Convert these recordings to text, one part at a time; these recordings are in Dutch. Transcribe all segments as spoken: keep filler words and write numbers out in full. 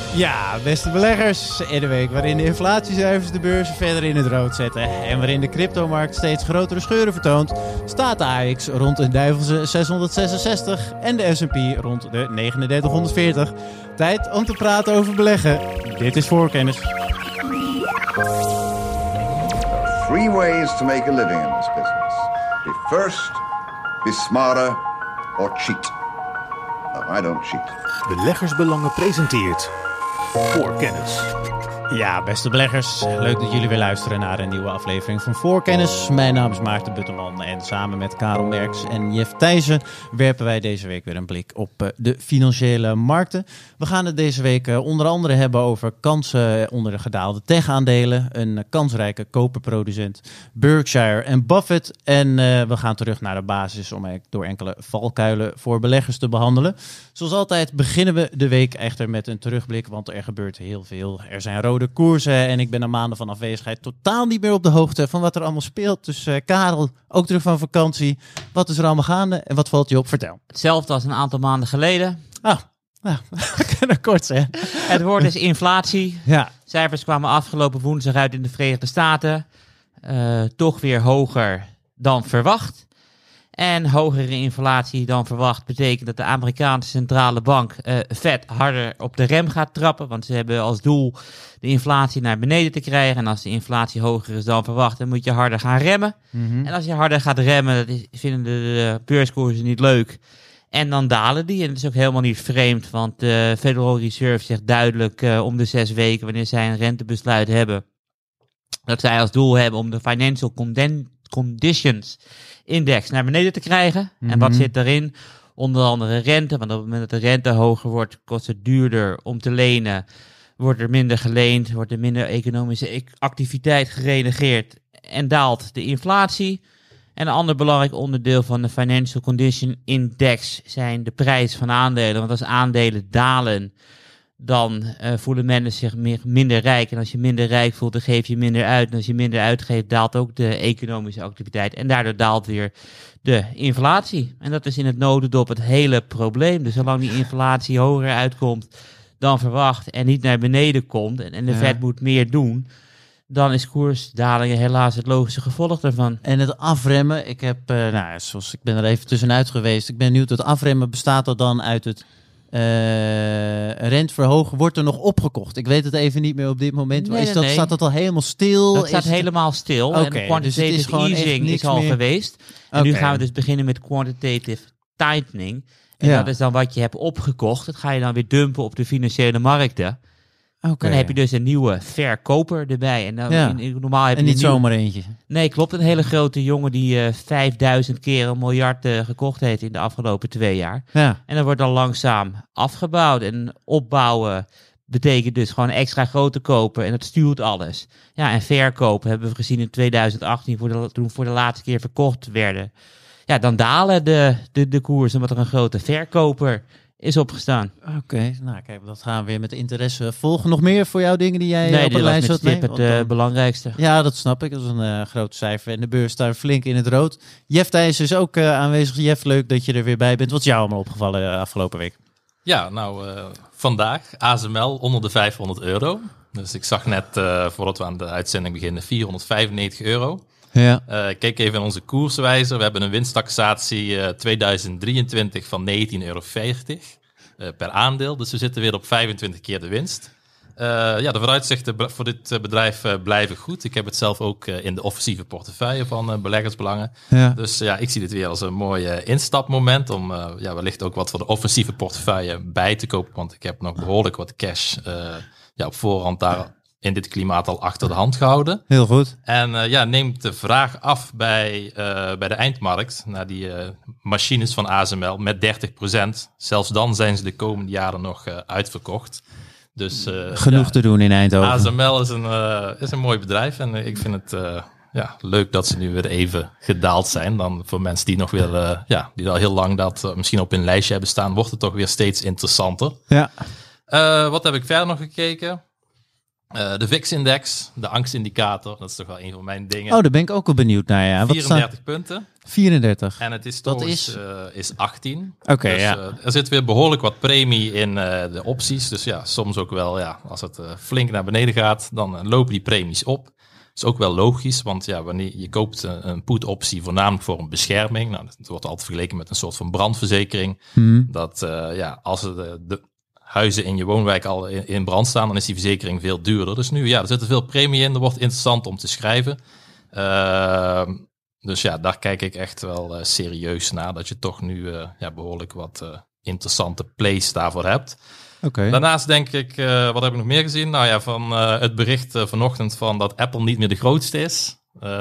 Ja, beste beleggers. In de week waarin de inflatiecijfers de beurzen verder in het rood zetten en waarin de cryptomarkt steeds grotere scheuren vertoont, staat de A X rond een duivelse zeshonderdzesenzestig en de S en P rond de drieënnegentighonderdveertig. Tijd om te praten over beleggen. Dit is Voorkennis. Three ways to make a living in this business. Be first, be smarter, or cheat. No, I don't cheat. Beleggersbelangen presenteert Voorkennis. Ja, beste beleggers. Leuk dat jullie weer luisteren naar een nieuwe aflevering van Voorkennis. Mijn naam is Maarten Butterman en samen met Karel Merks en Jeff Thijssen werpen wij deze week weer een blik op de financiële markten. We gaan het deze week onder andere hebben over kansen onder de gedaalde tech-aandelen, een kansrijke koperproducent, Berkshire en Buffett. En uh, we gaan terug naar de basis om door enkele valkuilen voor beleggers te behandelen. Zoals altijd beginnen we de week echter met een terugblik, want er gebeurt heel veel. Er zijn rode de koersen en ik ben na maanden van afwezigheid totaal niet meer op de hoogte van wat er allemaal speelt. Dus uh, Karel, ook terug van vakantie. Wat is er allemaal gaande en wat valt je op? Vertel. Hetzelfde als een aantal maanden geleden. Ah, nou, we kunnen kort zijn. Het woord is inflatie. Ja. Cijfers kwamen afgelopen woensdag uit in de Verenigde Staten. Uh, toch weer hoger dan verwacht. En hogere inflatie dan verwacht betekent dat de Amerikaanse centrale bank uh, Fed harder op de rem gaat trappen. Want ze hebben als doel de inflatie naar beneden te krijgen. En als de inflatie hoger is dan verwacht, dan moet je harder gaan remmen. Mm-hmm. En als je harder gaat remmen, dat vinden de beurskoersen niet leuk. En dan dalen die. En dat is ook helemaal niet vreemd, want de Federal Reserve zegt duidelijk uh, om de zes weken, wanneer zij een rentebesluit hebben, dat zij als doel hebben om de Financial Conden- Conditions Index naar beneden te krijgen. Mm-hmm. En wat zit daarin? Onder andere rente, want op het moment dat de rente hoger wordt, kost het duurder om te lenen. Wordt er minder geleend, wordt er minder economische activiteit gerenegeerd en daalt de inflatie. En een ander belangrijk onderdeel van de Financial Condition Index zijn de prijs van aandelen. Want als aandelen dalen, dan uh, voelen mensen zich meer, minder rijk. En als je minder rijk voelt, dan geef je minder uit. En als je minder uitgeeft, daalt ook de economische activiteit. En daardoor daalt weer de inflatie. En dat is in het notendop het hele probleem. Dus zolang die inflatie hoger uitkomt dan verwacht en niet naar beneden komt, en, en de ja. Fed moet meer doen, dan is koersdalingen helaas het logische gevolg daarvan. En het afremmen, ik heb, uh, nou, zoals ik ben er even tussenuit geweest. Ik ben benieuwd, het afremmen bestaat er dan uit het Uh, rentverhogen, wordt er nog opgekocht? Ik weet het even niet meer op dit moment. Nee, is nee, dat, nee. Staat dat al helemaal stil? Dat staat is helemaal stil. Okay, en quantitative dus het is gewoon easing is al meer geweest. En okay. nu gaan we dus beginnen met quantitative tightening. En ja. dat is dan wat je hebt opgekocht. Dat ga je dan weer dumpen op de financiële markten. Okay. Dan heb je dus een nieuwe verkoper erbij. En, dan, ja. in, in, normaal heb en je niet nieuwe... zomaar eentje. Nee, klopt. Een hele grote jongen die uh, vijfduizend keer een miljard uh, gekocht heeft in de afgelopen twee jaar. Ja. En dat wordt dan langzaam afgebouwd. En opbouwen betekent dus gewoon extra grote kopen. En dat stuurt alles. Ja, en verkopen hebben we gezien in tweeduizend achttien, voor de, toen voor de laatste keer verkocht werden. Ja, dan dalen de, de, de koersen omdat er een grote verkoper is opgestaan. Oké, okay, nou kijk, dat gaan we weer met interesse volgen. Nog meer voor jou dingen die jij nee, op een lijst had? Nee, dit is het uh, belangrijkste. Ja, dat snap ik. Dat is een uh, groot cijfer. En de beurs staat flink in het rood. Jeff Thijssen is ook uh, aanwezig. Jeff, leuk dat je er weer bij bent. Wat is jou allemaal opgevallen uh, afgelopen week? Ja, nou, uh, vandaag A S M L onder de vijfhonderd euro. Dus ik zag net, uh, voordat we aan de uitzending beginnen, vierhonderdvijfennegentig euro. Ja. Uh, kijk even in onze koerswijzer. We hebben een winsttaxatie uh, tweeduizend drieëntwintig van negentien euro veertig uh, per aandeel. Dus we zitten weer op vijfentwintig keer de winst. Uh, ja, de vooruitzichten voor dit uh, bedrijf uh, blijven goed. Ik heb het zelf ook uh, in de offensieve portefeuille van uh, beleggersbelangen. Ja. Dus uh, ja, ik zie dit weer als een mooi uh, instapmoment om uh, ja, wellicht ook wat voor de offensieve portefeuille bij te kopen. Want ik heb nog behoorlijk wat cash uh, ja, op voorhand daar in dit klimaat al achter de hand gehouden. Heel goed. En uh, ja, neemt de vraag af bij, uh, bij de eindmarkt naar die uh, machines van A S M L met dertig procent. Zelfs dan zijn ze de komende jaren nog uh, uitverkocht. Dus, uh, genoeg ja, te doen in Eindhoven. A S M L is een, uh, is een mooi bedrijf en uh, ik vind het uh, ja, leuk dat ze nu weer even gedaald zijn. Dan voor mensen die nog weer, uh, ja, die al heel lang dat uh, misschien op hun lijstje hebben staan, wordt het toch weer steeds interessanter. Ja. Uh, wat heb ik verder nog gekeken? Uh, de V I X-index, de angstindicator, dat is toch wel een van mijn dingen. Oh, daar ben ik ook wel benieuwd naar, ja. Wat vierendertig staat... punten. vierendertig. En het is dat toch is... Uh, is achttien. Oké, okay, dus, ja. Uh, er zit weer behoorlijk wat premie in uh, de opties. Dus ja, soms ook wel, ja, als het uh, flink naar beneden gaat, dan uh, lopen die premies op. Dat is ook wel logisch, want ja, wanneer je koopt een, een put-optie voornamelijk voor een bescherming. Nou, dat wordt altijd vergeleken met een soort van brandverzekering. Hmm. Dat uh, ja, als de, de huizen in je woonwijk al in, in brand staan, dan is die verzekering veel duurder. Dus nu, ja, er zit er veel premie in. Dat wordt interessant om te schrijven. Uh, dus ja, daar kijk ik echt wel uh, serieus naar. Dat je toch nu uh, ja, behoorlijk wat uh, interessante plays daarvoor hebt. Okay. Daarnaast denk ik, uh, wat heb ik nog meer gezien? Nou ja, van uh, het bericht uh, vanochtend van dat Apple niet meer de grootste is.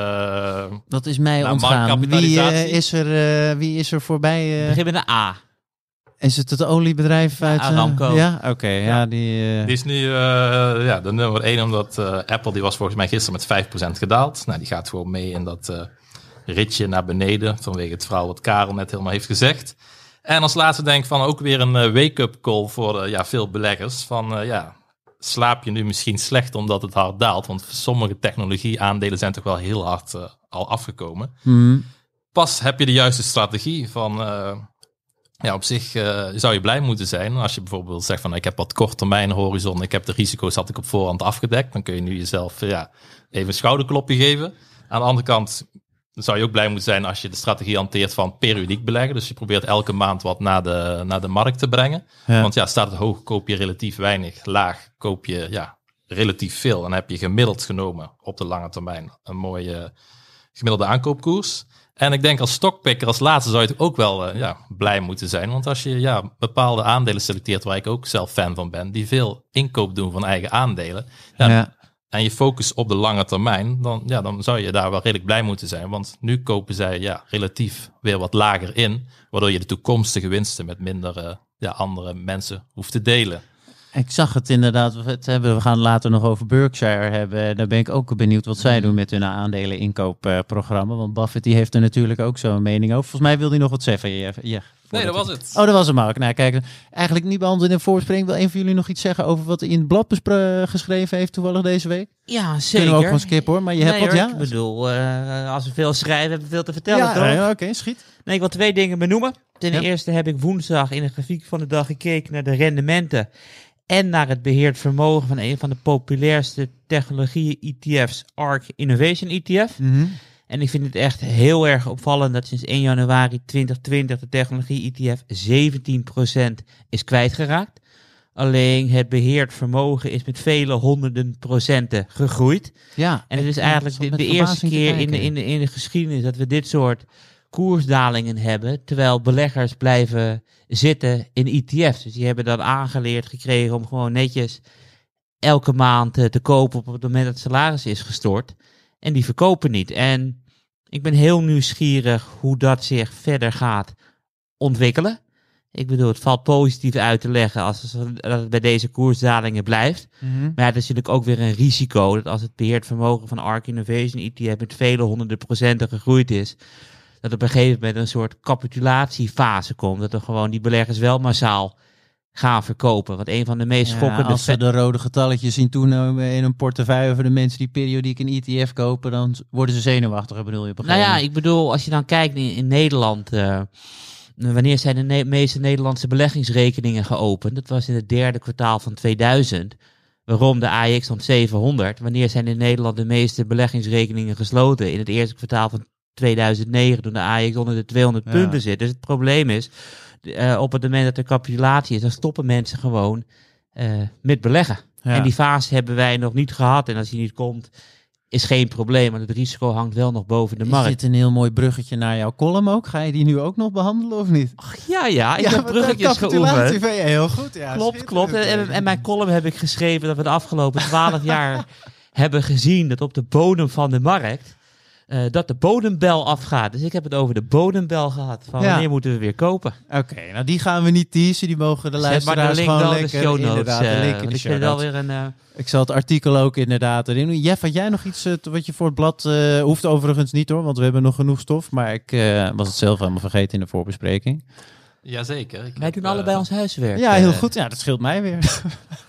Uh, dat is mij nou, ontgaan. Wie, uh, is er, uh, wie is er voorbij? Uh... Begin met een A. Is het het oliebedrijf uit... Ja, Aramco. Uh, ja, oké. Okay, ja. ja, die, uh... die is nu uh, ja, de nummer één, omdat uh, Apple, die was volgens mij gisteren met vijf procent gedaald. Nou, die gaat gewoon mee in dat uh, ritje naar beneden, vanwege het verhaal wat Karel net helemaal heeft gezegd. En als laatste denk ik van ook weer een uh, wake-up call voor uh, ja, veel beleggers. Van uh, ja, slaap je nu misschien slecht omdat het hard daalt? Want sommige technologie-aandelen zijn toch wel heel hard uh, al afgekomen. Mm. Pas heb je de juiste strategie van... Uh, ja, op zich uh, zou je blij moeten zijn. Als je bijvoorbeeld zegt van ik heb wat korttermijn horizon, ik heb de risico's had ik op voorhand afgedekt. Dan kun je nu jezelf uh, ja, even een schouderklopje geven. Aan de andere kant zou je ook blij moeten zijn als je de strategie hanteert van periodiek beleggen. Dus je probeert elke maand wat naar de, naar de markt te brengen. Ja. Want ja, staat het hoog, koop je relatief weinig. Laag, koop je ja, relatief veel. Dan heb je gemiddeld genomen op de lange termijn een mooie gemiddelde aankoopkoers. En ik denk als stockpicker als laatste zou je ook wel uh, ja, blij moeten zijn. Want als je ja, bepaalde aandelen selecteert, waar ik ook zelf fan van ben, die veel inkoop doen van eigen aandelen. Ja, ja. En je focus op de lange termijn, dan, ja, dan zou je daar wel redelijk blij moeten zijn. Want nu kopen zij ja, relatief weer wat lager in, waardoor je de toekomstige winsten met minder uh, ja, andere mensen hoeft te delen. Ik zag het inderdaad, het hebben, we gaan het later nog over Berkshire hebben. Daar ben ik ook benieuwd wat zij doen met hun aandelen inkoopprogramma. Want Buffett die heeft er natuurlijk ook zo'n mening over. Volgens mij wil hij nog wat zeggen. Ja, ja, nee, dat was het. Oh, dat was het maar ook. Nou, kijk, eigenlijk niet behandeld in de voorbespreking. Wil een van jullie nog iets zeggen over wat hij in het blad bespre- geschreven heeft toevallig deze week? Ja, zeker. Kunnen we ook gewoon skippen hoor, maar je nee, hebt wat, hoor, ja? Ik bedoel, uh, als we veel schrijven, hebben we veel te vertellen, ja, toch? Ja, oké, okay, schiet. Nee, ik wil twee dingen benoemen. Ten ja. eerste heb ik woensdag in de grafiek van de dag gekeken naar de rendementen en naar het beheerd vermogen van een van de populairste technologie-E T F's, ARK Innovation E T F. Mm-hmm. En ik vind het echt heel erg opvallend dat sinds één januari twintig twintig de technologie-E T F zeventien procent is kwijtgeraakt. Alleen het beheerd vermogen is met vele honderden procenten gegroeid. Ja, en het is eigenlijk de, de eerste keer in de, in, de, in de geschiedenis dat we dit soort koersdalingen hebben, terwijl beleggers blijven zitten in E T F's. Dus die hebben dan aangeleerd gekregen om gewoon netjes elke maand uh, te kopen op het moment dat het salaris is gestort. En die verkopen niet. En ik ben heel nieuwsgierig hoe dat zich verder gaat ontwikkelen. Ik bedoel, het valt positief uit te leggen als het, dat het bij deze koersdalingen blijft. Mm-hmm. Maar ja, het is natuurlijk ook weer een risico dat als het beheerd vermogen van ARK Innovation E T F met vele honderden procenten gegroeid is, dat op een gegeven moment een soort capitulatiefase komt. Dat er gewoon die beleggers wel massaal gaan verkopen. Want een van de meest ja, schokkende... als ze de rode getalletjes zien toenemen in een portefeuille voor de mensen die periodiek een E T F kopen, dan worden ze zenuwachtig, bedoel je? Op een nou ja, moment. ik bedoel, als je dan kijkt in, in Nederland, uh, wanneer zijn de ne- meeste Nederlandse beleggingsrekeningen geopend? Dat was in het derde kwartaal van tweeduizend. Waarom de A X stond zevenhonderd? Wanneer zijn in Nederland de meeste beleggingsrekeningen gesloten? In het eerste kwartaal van tweeduizend negen, toen de A X onder de tweehonderd ja. punten zit. Dus het probleem is, uh, op het moment dat er capitulatie is, dan stoppen mensen gewoon uh, met beleggen. Ja. En die fase hebben wij nog niet gehad. En als die niet komt, is geen probleem. Maar het risico hangt wel nog boven de is markt. Is dit een heel mooi bruggetje naar jouw column ook? Ga je die nu ook nog behandelen of niet? Ach, ja, ja. Ik ja, heb bruggetjes geoefend. Vind je heel goed. Ja, klopt, klopt. En, en mijn column heb ik geschreven dat we de afgelopen twaalf jaar hebben gezien dat op de bodem van de markt Uh, dat de bodembel afgaat. Dus ik heb het over de bodembel gehad. Van ja. wanneer moeten we weer kopen? Oké, okay, nou die gaan we niet teasen. Die mogen de luisteraars de gewoon lekker... De show notes, inderdaad, uh, de link in de ik show vind wel notes. weer een... Uh... Ik zal het artikel ook inderdaad erin doen. Jeff, had jij nog iets uh, wat je voor het blad... Uh, hoeft overigens niet hoor, want we hebben nog genoeg stof. Maar ik uh, was het zelf helemaal vergeten in de voorbespreking. Jazeker. Ik Wij heb, doen allebei uh, ons huiswerk. Ja, heel goed. Ja, dat scheelt mij weer. Ik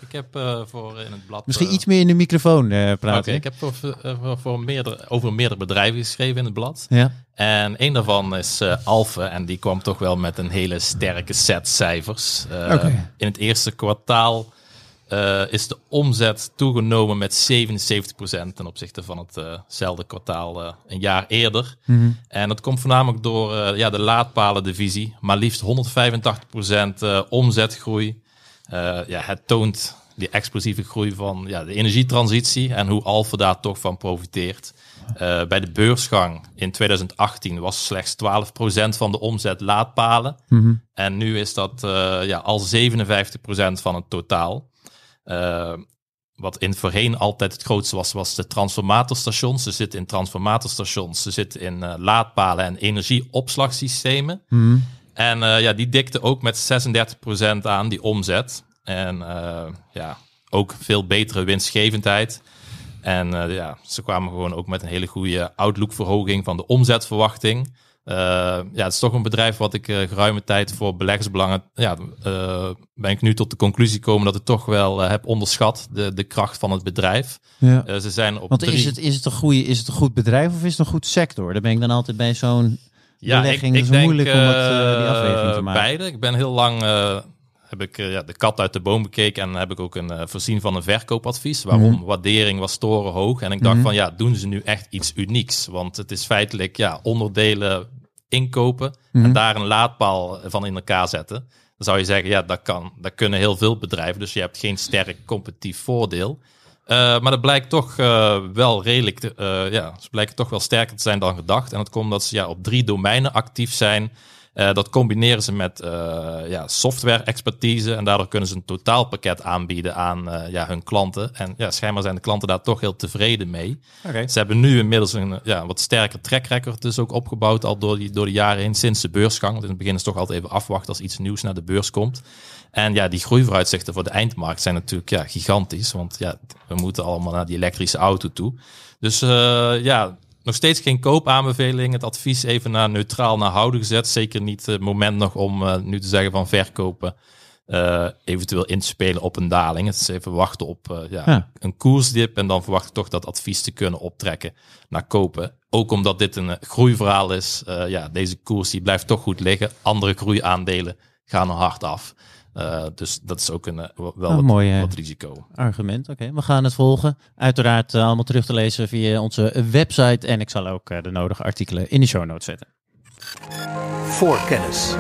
Ik heb uh, voor in het blad... Misschien uh, iets meer in de microfoon uh, praten. Oké, okay, ik heb voor, voor, voor meerdere, over meerdere bedrijven geschreven in het blad. Ja. En een daarvan is uh, Alphen. En die kwam toch wel met een hele sterke set cijfers. Uh, okay. In het eerste kwartaal uh, is de omzet toegenomen met zevenenzeventig procent ten opzichte van hetzelfde uh kwartaal uh, een jaar eerder. Mm-hmm. En dat komt voornamelijk door uh, ja, de laadpalendivisie. Maar liefst honderdvijfentachtig procent uh, omzetgroei. Uh, ja, het toont die explosieve groei van ja, de energietransitie en hoe Alphen daar toch van profiteert. Uh, bij de beursgang in tweeduizend achttien was slechts twaalf procent van de omzet laadpalen. Mm-hmm. En nu is dat uh, ja, al zevenenvijftig procent van het totaal. Uh, wat in voorheen altijd het grootste was, was de transformatorstations. Ze zitten in transformatorstations, ze zitten in uh, laadpalen en energieopslagsystemen. Mm-hmm. En uh, ja, die dikte ook met zesendertig procent aan, die omzet. En uh, ja, ook veel betere winstgevendheid. En uh, ja, ze kwamen gewoon ook met een hele goede outlookverhoging van de omzetverwachting. Uh, ja, het is toch een bedrijf wat ik uh, geruime tijd voor beleggersbelangen... Ja, uh, ben ik nu tot de conclusie gekomen dat ik toch wel uh, heb onderschat de, de kracht van het bedrijf. Ja. Uh, ze zijn op Want drie... is, het, is, het een goeie, is het een goed bedrijf of is het een goed sector? Daar ben ik dan altijd bij zo'n ja, belegging. Ik, ik het is denk, moeilijk om dat, uh, die afweging te maken. Beide. Ik ben heel lang... Uh, heb ik uh, ja, de kat uit de boom bekeken en heb ik ook een uh, voorzien van een verkoopadvies. Waarom? Mm-hmm. Waardering was torenhoog. En ik dacht mm-hmm. van ja, doen ze nu echt iets unieks? Want het is feitelijk ja, onderdelen inkopen mm-hmm. en daar een laadpaal van in elkaar zetten. Dan zou je zeggen, ja, dat kan. Dat kunnen heel veel bedrijven. Dus je hebt geen sterk competitief voordeel. Uh, maar dat blijkt toch uh, wel redelijk, te, uh, ja, ze blijken toch wel sterker te zijn dan gedacht. En dat komt omdat ze ja, op drie domeinen actief zijn. Uh, dat combineren ze met uh, ja, software-expertise en daardoor kunnen ze een totaalpakket aanbieden aan uh, ja, hun klanten. En ja, schijnbaar zijn de klanten daar toch heel tevreden mee. Okay. Ze hebben nu inmiddels een ja, wat sterker track record dus ook opgebouwd al door, die, door de jaren heen sinds de beursgang. Want in het begin is het toch altijd even afwachten als iets nieuws naar de beurs komt. En ja, die groeivooruitzichten voor de eindmarkt zijn natuurlijk ja, gigantisch. Want ja, we moeten allemaal naar die elektrische auto toe. Dus uh, ja... Nog steeds geen koopaanbeveling. Het advies even naar neutraal naar houden gezet. Zeker niet het moment nog om uh, nu te zeggen van verkopen. Uh, eventueel in te spelen op een daling. Het is even wachten op uh, ja, ja. een koersdip. En dan verwacht ik toch dat advies te kunnen optrekken naar kopen. Ook omdat dit een groeiverhaal is. Uh, ja, deze koers die blijft toch goed liggen. Andere groeiaandelen gaan er hard af. Uh, dus dat is ook een, wel een wat, mooi, wat risico. Argument, oké. Okay. We gaan het volgen. Uiteraard uh, allemaal terug te lezen via onze website. En ik zal ook uh, de nodige artikelen in de show notes zetten. Voorkennis.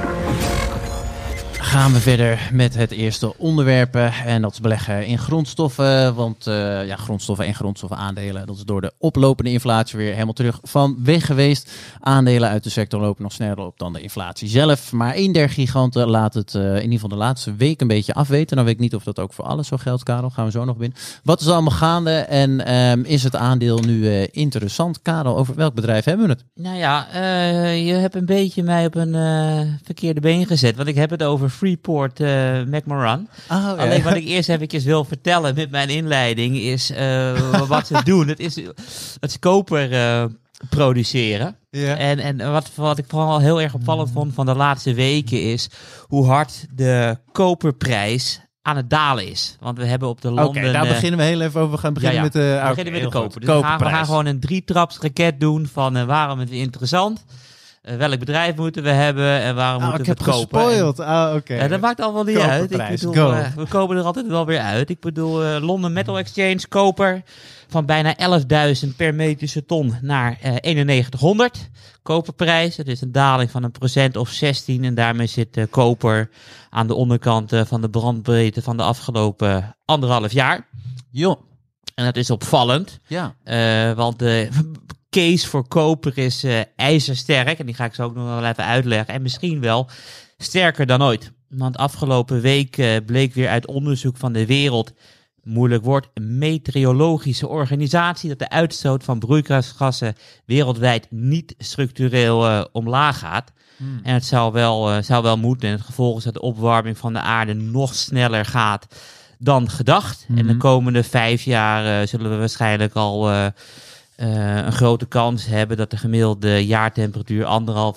Gaan we verder met het eerste onderwerp en dat is beleggen in grondstoffen. Want uh, ja, grondstoffen en grondstoffenaandelen, dat is door de oplopende inflatie weer helemaal terug van weg geweest. Aandelen uit de sector lopen nog sneller op dan de inflatie zelf. Maar één der giganten laat het uh, in ieder geval de laatste week een beetje afweten. Dan weet ik niet of dat ook voor alles zo geldt, Karel. Gaan we zo nog binnen. Wat is er allemaal gaande en um, is het aandeel nu uh, interessant? Karel, over welk bedrijf hebben we het? Nou ja, uh, je hebt een beetje mij op een uh, verkeerde been gezet. Want ik heb het over Freeport uh, McMoran. Oh, ja. Alleen wat ik eerst eventjes wil vertellen met mijn inleiding is uh, wat ze doen. Het is het is koper uh, produceren. Ja. En, en wat, wat ik vooral heel erg opvallend vond van de laatste weken is hoe hard de koperprijs aan het dalen is. Want we hebben op de landen... Oké, okay, daar beginnen we heel even over. We gaan beginnen ja, ja. met de... We beginnen okay, met de koper. Dus we gaan, we gaan gewoon een drietrapsraket doen van uh, waarom het interessant. Uh, welk bedrijf moeten we hebben en waarom oh, moeten we het kopen? Ik heb gespoild. Ah, oké. Okay. Uh, dat maakt allemaal niet uit. Ik bedoel, uh, we komen er altijd wel weer uit. Ik bedoel, uh, London Metal Exchange, koper van bijna elfduizend per metrische ton naar uh, eenennegentighonderd. Koperprijs, dat is een daling van een procent of zestien. En daarmee zit uh, koper aan de onderkant uh, van de brandbreedte van de afgelopen anderhalf jaar. Jo. En dat is opvallend. Ja. Uh, want de uh, case voor koper is uh, ijzersterk. En die ga ik zo ook nog wel even uitleggen. En misschien wel sterker dan ooit. Want afgelopen week uh, bleek weer uit onderzoek van de wereld, moeilijk woord, meteorologische organisatie, dat de uitstoot van broeikasgassen wereldwijd niet structureel uh, omlaag gaat. Hmm. En het zou wel, uh, zou wel moeten. En het gevolg is dat de opwarming van de aarde nog sneller gaat dan gedacht. Mm-hmm. En de komende vijf jaar uh, zullen we waarschijnlijk al uh, uh, een grote kans hebben dat de gemiddelde jaartemperatuur anderhalf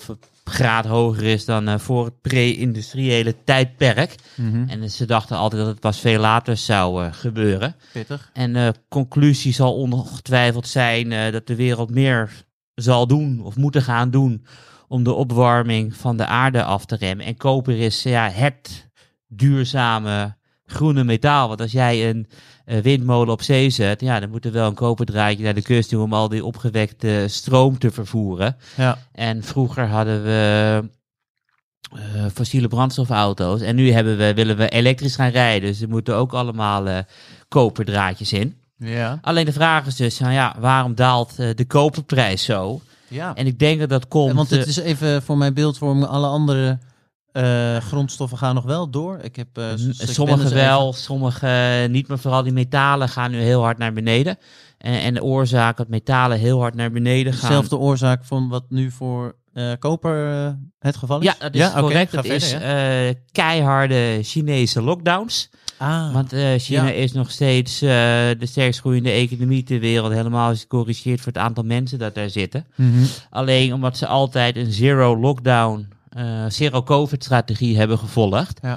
graad hoger is dan uh, voor het pre-industriële tijdperk. Mhm. En ze dachten altijd dat het pas veel later zou uh, gebeuren. Pittig. En de uh, conclusie zal ongetwijfeld zijn uh, dat de wereld meer zal doen of moeten gaan doen om de opwarming van de aarde af te remmen. En koper is ja, het duurzame groene metaal. Want als jij een uh, windmolen op zee zet, ja, dan moet er wel een koperdraadje naar de kust doen om al die opgewekte stroom te vervoeren. Ja. En vroeger hadden we uh, fossiele brandstofauto's. En nu hebben we, willen we elektrisch gaan rijden. Dus er moeten ook allemaal uh, koperdraadjes in. Ja. Alleen de vraag is dus, nou ja, waarom daalt uh, de koperprijs zo? Ja. En ik denk dat dat komt... En want het uh, is even voor mijn beeldvorming, alle andere uh, grondstoffen gaan nog wel door. Ik heb, uh, s- ik sommige ben dus wel, even- sommige niet, maar vooral die metalen gaan nu heel hard naar beneden. En, en de oorzaak dat metalen heel hard naar beneden gaan... Dezelfde oorzaak van wat nu voor uh, koper uh, het geval is? Ja, dat is oké, correct. ga Dat verder, is ja. uh, keiharde Chinese lockdowns. Ah, Want uh, China ja. is nog steeds uh, de sterkst groeiende economie ter wereld. Helemaal als je corrigeert voor het aantal mensen dat daar zitten. Mhm. Alleen omdat ze altijd een zero lockdown, uh, zero covid strategie hebben gevolgd. Ja.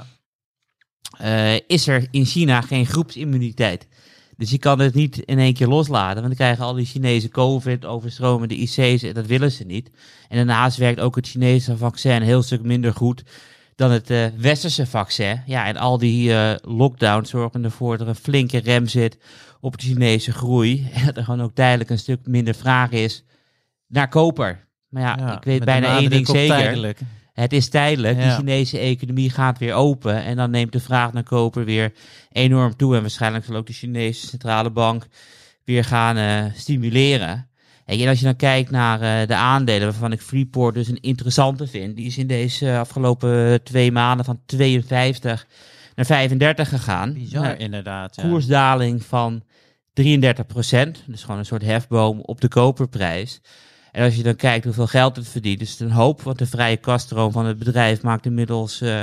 Uh, is er in China geen groepsimmuniteit. Dus je kan het niet in één keer loslaten. Want dan krijgen al die Chinese covid, overstromende I C's, en dat willen ze niet. En daarnaast werkt ook het Chinese vaccin een heel stuk minder goed dan het uh, westerse vaccin. Ja, en al die uh, lockdowns zorgen ervoor dat er een flinke rem zit op de Chinese groei. En dat er gewoon ook tijdelijk een stuk minder vraag is naar koper. Maar ja, Ja, ik weet met bijna een één ding nadruk op zeker. tijdelijk. Het is tijdelijk. Ja. De Chinese economie gaat weer open. En dan neemt de vraag naar koper weer enorm toe. En waarschijnlijk zal ook de Chinese centrale bank weer gaan uh, stimuleren. En als je dan kijkt naar uh, de aandelen, waarvan ik Freeport dus een interessante vind. Die is in deze uh, afgelopen twee maanden van tweeënvijftig naar vijfendertig gegaan. Bizar, Nou, inderdaad. Ja. koersdaling van drieëndertig procent. Dus gewoon een soort hefboom op de koperprijs. En als je dan kijkt hoeveel geld het verdient, is het een hoop. Want de vrije kaststroom van het bedrijf maakt inmiddels uh,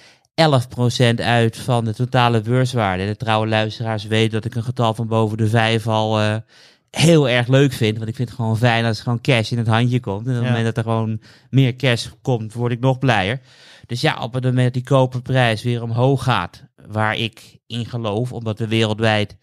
elf procent uit van de totale beurswaarde. En de trouwe luisteraars weten dat ik een getal van boven de vijf al uh, heel erg leuk vind. Want ik vind het gewoon fijn als er gewoon cash in het handje komt. En op het Ja. moment dat er gewoon meer cash komt, word ik nog blijer. Dus ja, op het moment dat die koperprijs weer omhoog gaat, waar ik in geloof, omdat we wereldwijd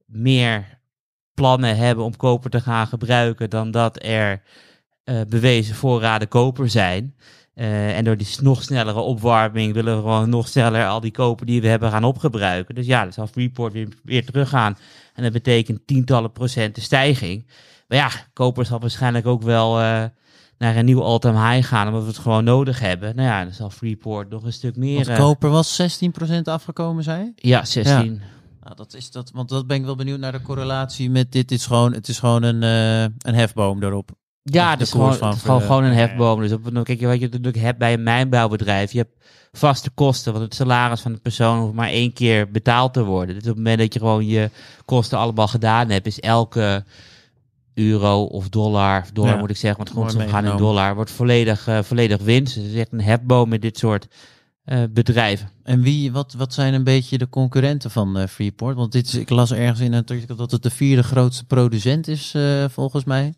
meer plannen hebben om koper te gaan gebruiken dan dat er uh, bewezen voorraden koper zijn. Uh, en door die nog snellere opwarming willen we gewoon nog sneller al die koper die we hebben gaan opgebruiken. Dus ja, dan zal Freeport weer, weer teruggaan. En dat betekent tientallen procenten stijging. Maar ja, koper zal waarschijnlijk ook wel uh, naar een nieuw all-time high gaan, omdat we het gewoon nodig hebben. Nou ja, dan zal Freeport nog een stuk meer... Want Uh, koper was zestien procent afgekomen, zei je? ja, zestien. Nou, dat is dat, want dat ben ik wel benieuwd naar de correlatie met dit. Is gewoon, het is gewoon een, uh, een hefboom erop. Ja, de het is koers gewoon, van het is gewoon, ver- gewoon een hefboom. Dus op, kijk, wat je natuurlijk hebt bij een mijnbouwbedrijf, je hebt vaste kosten, want het salaris van de persoon hoeft maar één keer betaald te worden. Dus op het moment dat je gewoon je kosten allemaal gedaan hebt, is elke euro of dollar, dollar Ja, moet ik zeggen, want mooi grondstoffen gaan in meegenomen. dollar, wordt volledig, uh, volledig winst. Dus het is echt een hefboom met dit soort uh, bedrijven. En wie, wat, wat zijn een beetje de concurrenten van uh, Freeport? Want dit is, ik las ergens in een artikel dat het de vierde grootste producent is, uh, volgens mij.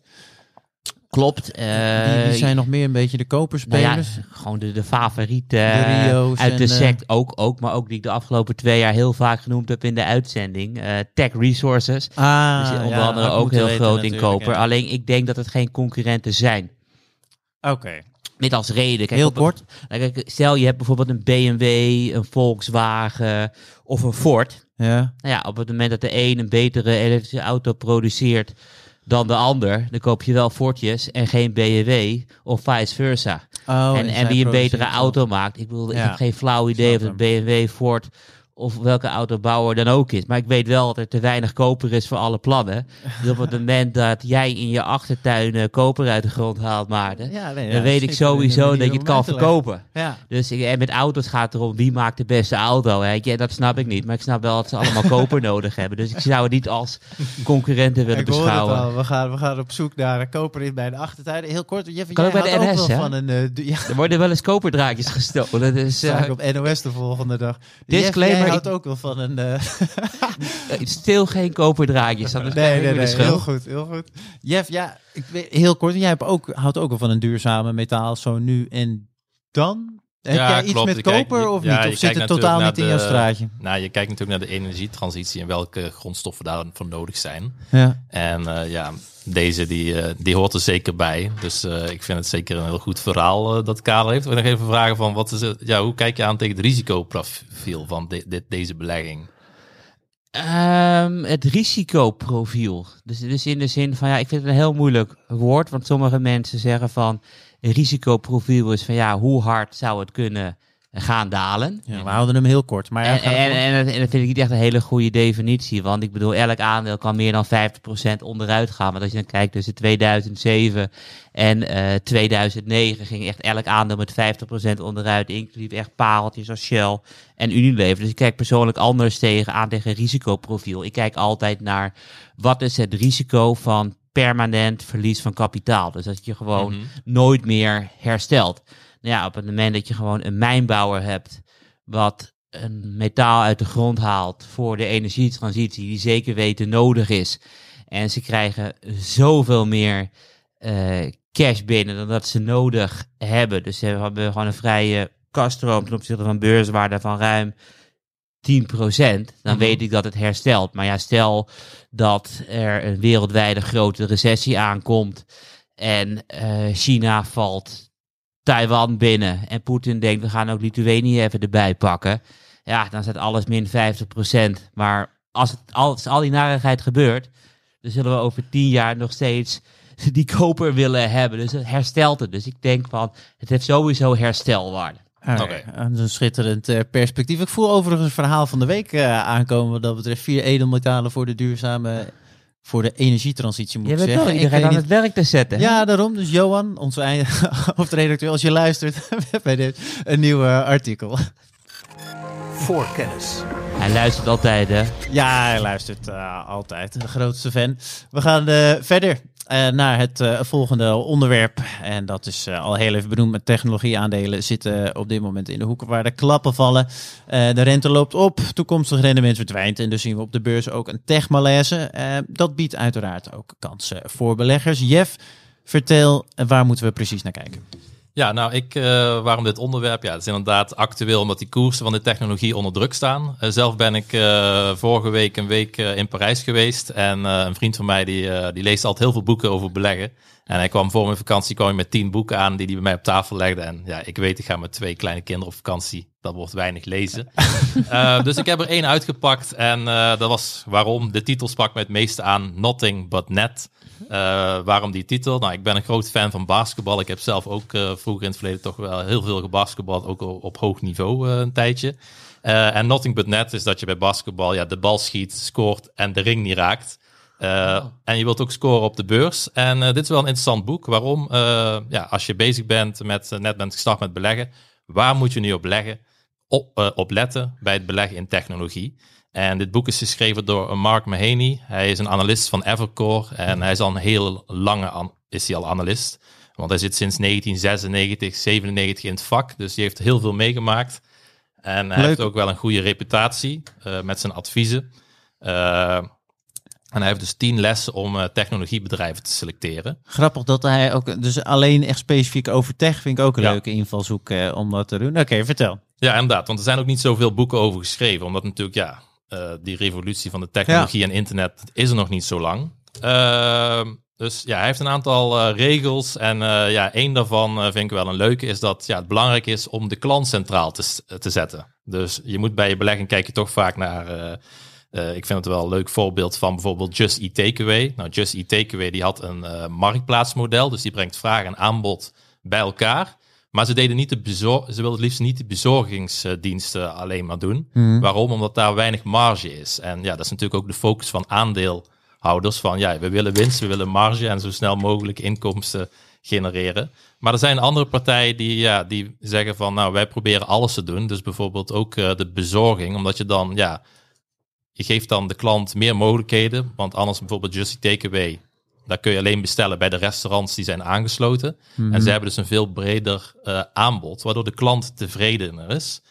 Klopt. Uh, die, die zijn nog meer een beetje de Nou ja, koperspelers. gewoon de, de favoriete De Rio's uit en, de eh, sect ook, ook, maar ook die ik de afgelopen twee jaar heel vaak genoemd heb in de uitzending. Uh, Tech Resources. ah, dus onder ja, andere had ik ook moeten heel weten groot in natuurlijk, koper. ja. Alleen ik denk dat het geen concurrenten zijn. Oké. Met als reden. Kijk, Heel op- kort. nou, kijk, stel je hebt bijvoorbeeld een B M W, een Volkswagen of een Ford. Ja. Nou ja, op het moment dat de een een betere elektrische auto produceert dan de ander, dan koop je wel Fordjes en geen B M W of vice versa. Oh, en, en zij wie een betere produceren auto maakt. Ik bedoel, ik Ja. heb geen flauw idee of Snap het B M W, Ford of welke autobouwer dan ook is. Maar ik weet wel dat er te weinig koper is voor alle plannen. Dus op het moment dat jij in je achtertuin uh, koper uit de grond haalt, Maarten, Ja, nee, dan ja, weet ik zeker een sowieso manier dat je om het kan uit te leggen. verkopen. Ja. Dus ik, en met auto's gaat het erom wie maakt de beste auto. Hè? Ja, dat snap ik niet. Maar ik snap wel dat ze allemaal koper nodig hebben. Dus ik zou het niet als concurrenten willen Ik hoor het beschouwen. al. We gaan, we gaan op zoek naar een koper in bij de achtertuin. Heel kort, Jeff, Kan jij ook bij de had N S, ook wel hè? van een... Uh, du- ja, Er worden wel eens koperdraadjes gestolen. Dus, sta uh, ik op N O S de volgende dag. Disclaimer koper. houdt ook wel van een... Uh... Stil geen koperdraadjes. Anders nee, nee, nee. nee, Heel goed, heel goed. Jeff, ja, ik weet, heel kort. Jij hebt ook, houdt ook wel van een duurzame metaal. Zo nu en dan... Heb ja, jij iets klopt. met Je koper kijkt, of ja, niet? Of je zit het totaal niet de, in jouw straatje? Nou, je kijkt natuurlijk naar de energietransitie en welke grondstoffen daarvoor nodig zijn. Ja. En uh, ja, deze die, uh, die hoort er zeker bij. Dus uh, ik vind het zeker een heel goed verhaal uh, dat Karel heeft. Ik wil nog even vragen van, wat is het, ja, hoe kijk je aan tegen het risicoprofiel van de, de, deze belegging? Um, het risicoprofiel. Dus, dus in de zin van, ja, ik vind het een heel moeilijk woord. Want sommige mensen zeggen van, risicoprofiel is van, ja, hoe hard zou het kunnen gaan dalen? Ja, we houden hem heel kort. Maar ja, en, en, en, en dat vind ik niet echt een hele goede definitie. Want ik bedoel, elk aandeel kan meer dan vijftig procent onderuit gaan. Want als je dan kijkt tussen tweeduizend zeven en uh, tweeduizend negen ging echt elk aandeel met vijftig procent onderuit. Inclusief echt pareltjes als Shell en Unilever. Dus ik kijk persoonlijk anders tegen aan tegen risicoprofiel. Ik kijk altijd naar wat is het risico van permanent verlies van kapitaal. Dus dat je gewoon mm-hmm. nooit meer herstelt. Nou ja, op het moment dat je gewoon een mijnbouwer hebt wat een metaal uit de grond haalt voor de energietransitie die zeker weten nodig is. En ze krijgen zoveel meer uh, cash binnen dan dat ze nodig hebben. Dus ze hebben gewoon een vrije kasstroom ten opzichte van beurswaarde van ruim tien procent. Dan mm-hmm. weet ik dat het herstelt. Maar ja, stel dat er een wereldwijde grote recessie aankomt en uh, China valt Taiwan binnen en Poetin denkt, we gaan ook Litouwenië even erbij pakken. Ja, dan staat alles min vijftig procent. Maar als, het, als al die narigheid gebeurt, dan zullen we over tien jaar nog steeds die koper willen hebben. Dus het herstelt het. Dus ik denk van, het heeft sowieso herstelwaarde. Oké, okay. Een schitterend uh, perspectief. Ik voel overigens het verhaal van de week uh, aankomen wat dat betreft. Vier edelmetalen voor de duurzame... voor de energietransitie moet ik zeggen. Je bent wel iedereen aan niet... het werk te zetten. Ja, hè? Daarom. Dus Johan, onze eigen hoofdredacteur, als je luistert bij dit een nieuw uh, artikel. Voorkennis. Hij luistert altijd, hè? Ja, hij luistert uh, altijd. De grootste fan. We gaan uh, verder uh, naar het uh, volgende onderwerp. En dat is uh, al heel even benoemd. Met technologieaandelen zitten op dit moment in de hoeken waar de klappen vallen. Uh, de rente loopt op, toekomstig rendement verdwijnt. En dus zien we op de beurs ook een techmalaise. Uh, dat biedt uiteraard ook kansen voor beleggers. Jeff, vertel, waar moeten we precies naar kijken? Ja, nou, ik, uh, waarom dit onderwerp? Ja, het is inderdaad actueel omdat die koersen van de technologie onder druk staan. Uh, zelf ben ik uh, vorige week een week uh, in Parijs geweest. En uh, een vriend van mij, die, uh, die leest altijd heel veel boeken over beleggen. En hij kwam voor mijn vakantie kwam hij met tien boeken aan die hij bij mij op tafel legde. En ja, ik weet, ik ga met twee kleine kinderen op vakantie. Dat wordt weinig lezen. uh, dus ik heb er één uitgepakt. En uh, dat was waarom. De titel sprak me het meeste aan. Nothing but net. Uh, waarom die titel? Nou, ik ben een groot fan van basketbal. Ik heb zelf ook uh, vroeger in het verleden toch wel heel veel gebasketbald. Ook op, op hoog niveau uh, een tijdje. Uh, en nothing but net is dat je bij basketbal ja, de bal schiet, scoort en de ring niet raakt. Uh, oh. En je wilt ook scoren op de beurs. En uh, dit is wel een interessant boek. Waarom? Uh, ja, als je bezig bent met, uh, net bent gestart met beleggen, waar moet je nu op leggen? Op, uh, op letten bij het beleggen in technologie. En dit boek is geschreven door Mark Mahaney. Hij is een analist van Evercore en hij is al een heel lange an- is hij al analist. Want hij zit sinds negentien zesennegentig, zevenennegentig in het vak. Dus hij heeft heel veel meegemaakt. En hij Leuk. heeft ook wel een goede reputatie uh, met zijn adviezen. Uh, En hij heeft dus tien lessen om uh, technologiebedrijven te selecteren. Grappig dat hij ook, dus alleen echt specifiek over tech vind ik ook een ja. leuke invalshoek uh, om dat te doen. Oké, okay, vertel. Ja, inderdaad, want er zijn ook niet zoveel boeken over geschreven. Omdat natuurlijk, ja, uh, die revolutie van de technologie ja. en internet is er nog niet zo lang. Uh, dus ja, hij heeft een aantal uh, regels. En uh, ja, één daarvan uh, vind ik wel een leuke, is dat ja, het belangrijk is om de klant centraal te, te zetten. Dus je moet bij je belegging kijk je toch vaak naar... Uh, Uh, ik vind het wel een leuk voorbeeld van bijvoorbeeld Just Eat Takeaway. Nou, Just Eat Takeaway die had een uh, marktplaatsmodel, dus die brengt vraag en aanbod bij elkaar. Maar ze deden niet de bezor- ze wilden het liefst niet de bezorgingsdiensten alleen maar doen. Mm. Waarom? Omdat daar weinig marge is. En ja, dat is natuurlijk ook de focus van aandeelhouders. Van ja, we willen winst, we willen marge en zo snel mogelijk inkomsten genereren. Maar er zijn andere partijen die, ja, die zeggen van nou, wij proberen alles te doen. Dus bijvoorbeeld ook uh, de bezorging, omdat je dan ja... Je geeft dan de klant meer mogelijkheden, want anders bijvoorbeeld Just Eat Takeaway, daar kun je alleen bestellen bij de restaurants die zijn aangesloten. Mm-hmm. En ze hebben dus een veel breder uh, aanbod, waardoor de klant tevredener is.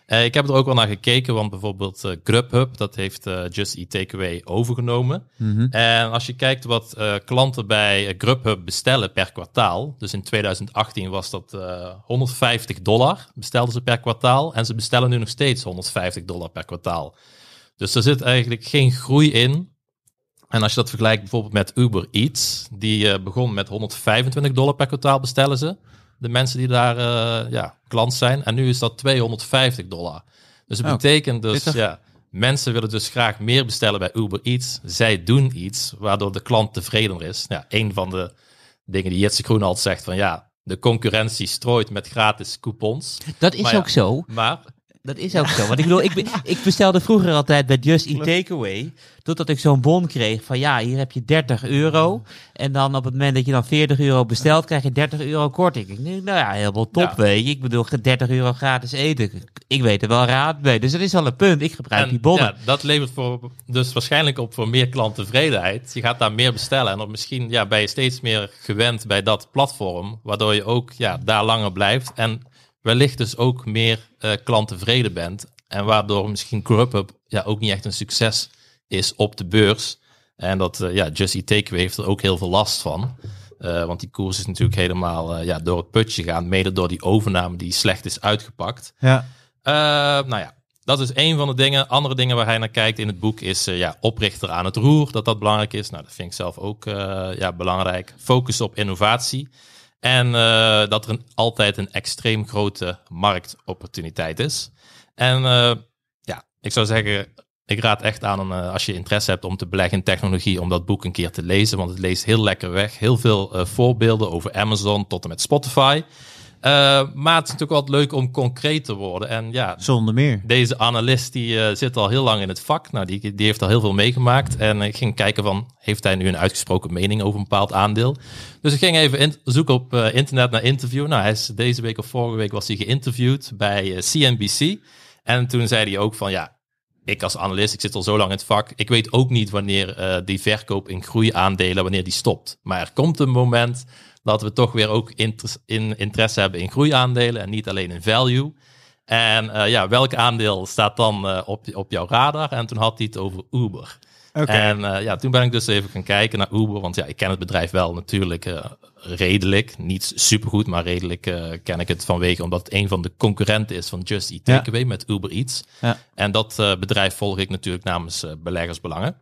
Uh, ik heb er ook wel naar gekeken, want bijvoorbeeld uh, Grubhub, dat heeft uh, Just Eat Takeaway overgenomen. Mm-hmm. En als je kijkt wat uh, klanten bij uh, Grubhub bestellen per kwartaal, dus in twintig achttien was dat uh, honderdvijftig dollar bestelden ze per kwartaal. En ze bestellen nu nog steeds honderdvijftig dollar per kwartaal. Dus er zit eigenlijk geen groei in. En als je dat vergelijkt bijvoorbeeld met Uber Eats, die uh, begon met honderdvijfentwintig dollar per kwartaal bestellen ze. De mensen die daar uh, ja, klant zijn. En nu is dat tweehonderdvijftig dollar. Dus het Oh, betekent dus, pittig. ja, mensen willen dus graag meer bestellen bij Uber Eats. Zij doen iets waardoor de klant tevredener is. Ja, een van de dingen die Jitse Groen altijd zegt van ja, de concurrentie strooit met gratis coupons. Dat is Maar ja, ook zo. Maar Dat is ook zo. Want ik bedoel, ik, be- ik bestelde vroeger altijd bij Just Eat Takeaway. Totdat ik zo'n bon kreeg van ja, hier heb je dertig euro. En dan op het moment dat je dan veertig euro bestelt, krijg je dertig euro korting. Ik denk, nou ja, helemaal top, Ja. weet je. Ik bedoel, dertig euro gratis eten. Ik weet er wel raad mee. Dus dat is al een punt. Ik gebruik en, die bonnen. ja, dat levert voor, dus waarschijnlijk op voor meer klanttevredenheid. Je gaat daar meer bestellen en dan misschien ja, ben je steeds meer gewend bij dat platform, waardoor je ook ja, daar langer blijft en wellicht dus ook meer uh, klanttevreden bent. En waardoor misschien Grubhub ja, ook niet echt een succes is op de beurs. En dat uh, ja, Just Eat Takeaway heeft er ook heel veel last van. Uh, want die koers is natuurlijk helemaal uh, ja, door het putje gaan. Mede door die overname die slecht is uitgepakt. Ja. Uh, nou ja, dat is een van de dingen. Andere dingen waar hij naar kijkt in het boek is uh, ja, oprichter aan het roer. Dat dat belangrijk is. Nou, dat vind ik zelf ook uh, ja, belangrijk. Focus op innovatie. En uh, dat er een, altijd een extreem grote marktopportuniteit is. En uh, ja, ik zou zeggen, ik raad echt aan uh, als je interesse hebt om te beleggen in technologie, om dat boek een keer te lezen. Want het leest heel lekker weg. Heel veel uh, voorbeelden over Amazon tot en met Spotify. Uh, maar het is natuurlijk altijd leuk om concreet te worden. En ja, Zonder meer. deze analist die uh, zit al heel lang in het vak. Nou, die, die heeft al heel veel meegemaakt. En ik ging kijken van, heeft hij nu een uitgesproken mening over een bepaald aandeel? Dus ik ging even in, zoeken op uh, internet naar interview. Nou, hij is deze week of vorige week was hij geïnterviewd bij uh, C N B C. En toen zei hij ook van, ja, ik als analist, ik zit al zo lang in het vak. Ik weet ook niet wanneer uh, die verkoop in groeiaandelen, wanneer die stopt. Maar er komt een moment dat we toch weer ook inter- in interesse hebben in groeiaandelen en niet alleen in value. En uh, ja, welk aandeel staat dan uh, op, op jouw radar? En toen had hij het over Uber. Okay. En uh, ja, toen ben ik dus even gaan kijken naar Uber. Want ja, ik ken het bedrijf wel natuurlijk uh, redelijk. Niet supergoed, maar redelijk uh, ken ik het vanwege omdat het een van de concurrenten is van Just Eat Takeaway ja. met Uber Eats. Ja. En dat uh, bedrijf volg ik natuurlijk namens uh, beleggersbelangen.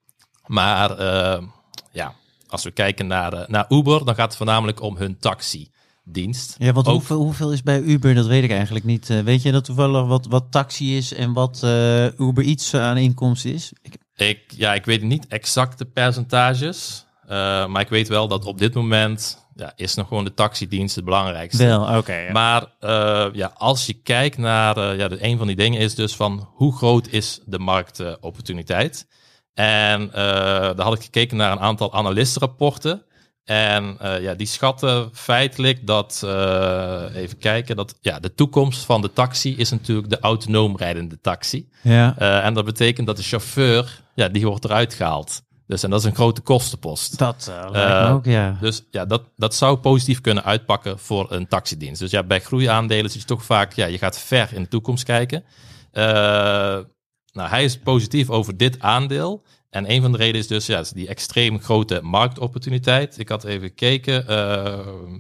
Maar uh, ja, als we kijken naar, uh, naar Uber, dan gaat het voornamelijk om hun taxidienst. Ja, want Ook, hoeveel, hoeveel is bij Uber? Dat weet ik eigenlijk niet. Uh, weet je dat toevallig wat, wat taxi is en wat uh, Uber Eats aan inkomsten is? Ik... Ik, ja, ik weet niet exact de percentages. Uh, maar ik weet wel dat op dit moment ja, is nog gewoon de taxidienst het belangrijkste. Wel, oké. Okay, ja. Maar uh, ja, als je kijkt naar... Uh, ja, de, een van die dingen is dus van hoe groot is de marktopportuniteit? Uh, en uh, daar had ik gekeken naar een aantal analistenrapporten. En uh, ja, die schatten feitelijk dat... Uh, even kijken, dat ja, de toekomst van de taxi is natuurlijk de autonoom rijdende taxi. Ja. Uh, en dat betekent dat de chauffeur, ja, die wordt eruit gehaald. Dus en dat is een grote kostenpost. Dat uh, lijkt me uh, ook, ja. Dus ja, dat, dat zou positief kunnen uitpakken voor een taxidienst. Dus ja, bij groeiaandelen zie je toch vaak, ja, je gaat ver in de toekomst kijken. Uh, nou, hij is positief over dit aandeel. En een van de redenen is dus ja, die extreem grote marktopportuniteit. Ik had even gekeken. Uh,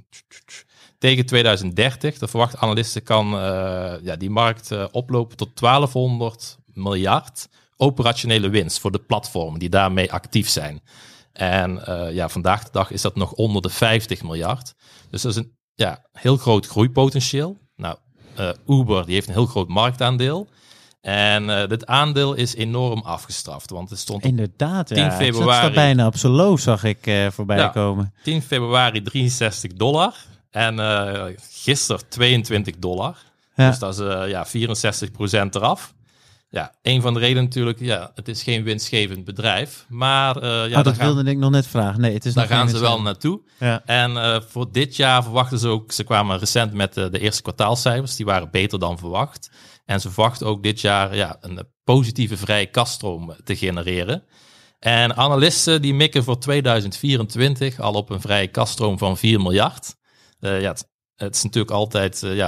tegen twintig dertig, de verwachte analisten kan uh, ja, die markt uh, oplopen tot twaalfhonderd miljard operationele winst voor de platformen die daarmee actief zijn. En uh, ja, vandaag de dag is dat nog onder de vijftig miljard. Dus dat is een ja, heel groot groeipotentieel. Nou, uh, Uber die heeft een heel groot marktaandeel. En uh, dit aandeel is enorm afgestraft, want het stond op Inderdaad, ja. tien februari. Het staat bijna op zijn low, zag ik uh, voorbij ja, komen. tien februari drieënzestig dollar en uh, gisteren tweeëntwintig dollar. Ja. Dus dat is uh, ja, vierenzestig procent eraf. Ja, een van de redenen natuurlijk, ja, het is geen winstgevend bedrijf, maar uh, ja, oh, dat gaan, wilde ik nog net vragen. Nee, het is daar nog gaan geen ze wel naartoe. Ja. En uh, voor dit jaar verwachten ze ook, ze kwamen recent met uh, de eerste kwartaalcijfers, die waren beter dan verwacht. En ze verwachten ook dit jaar ja, een positieve vrije kasstroom te genereren. En analisten die mikken voor tweeduizend vierentwintig al op een vrije kasstroom van vier miljard. Uh, ja, het, het is natuurlijk altijd, uh, ja,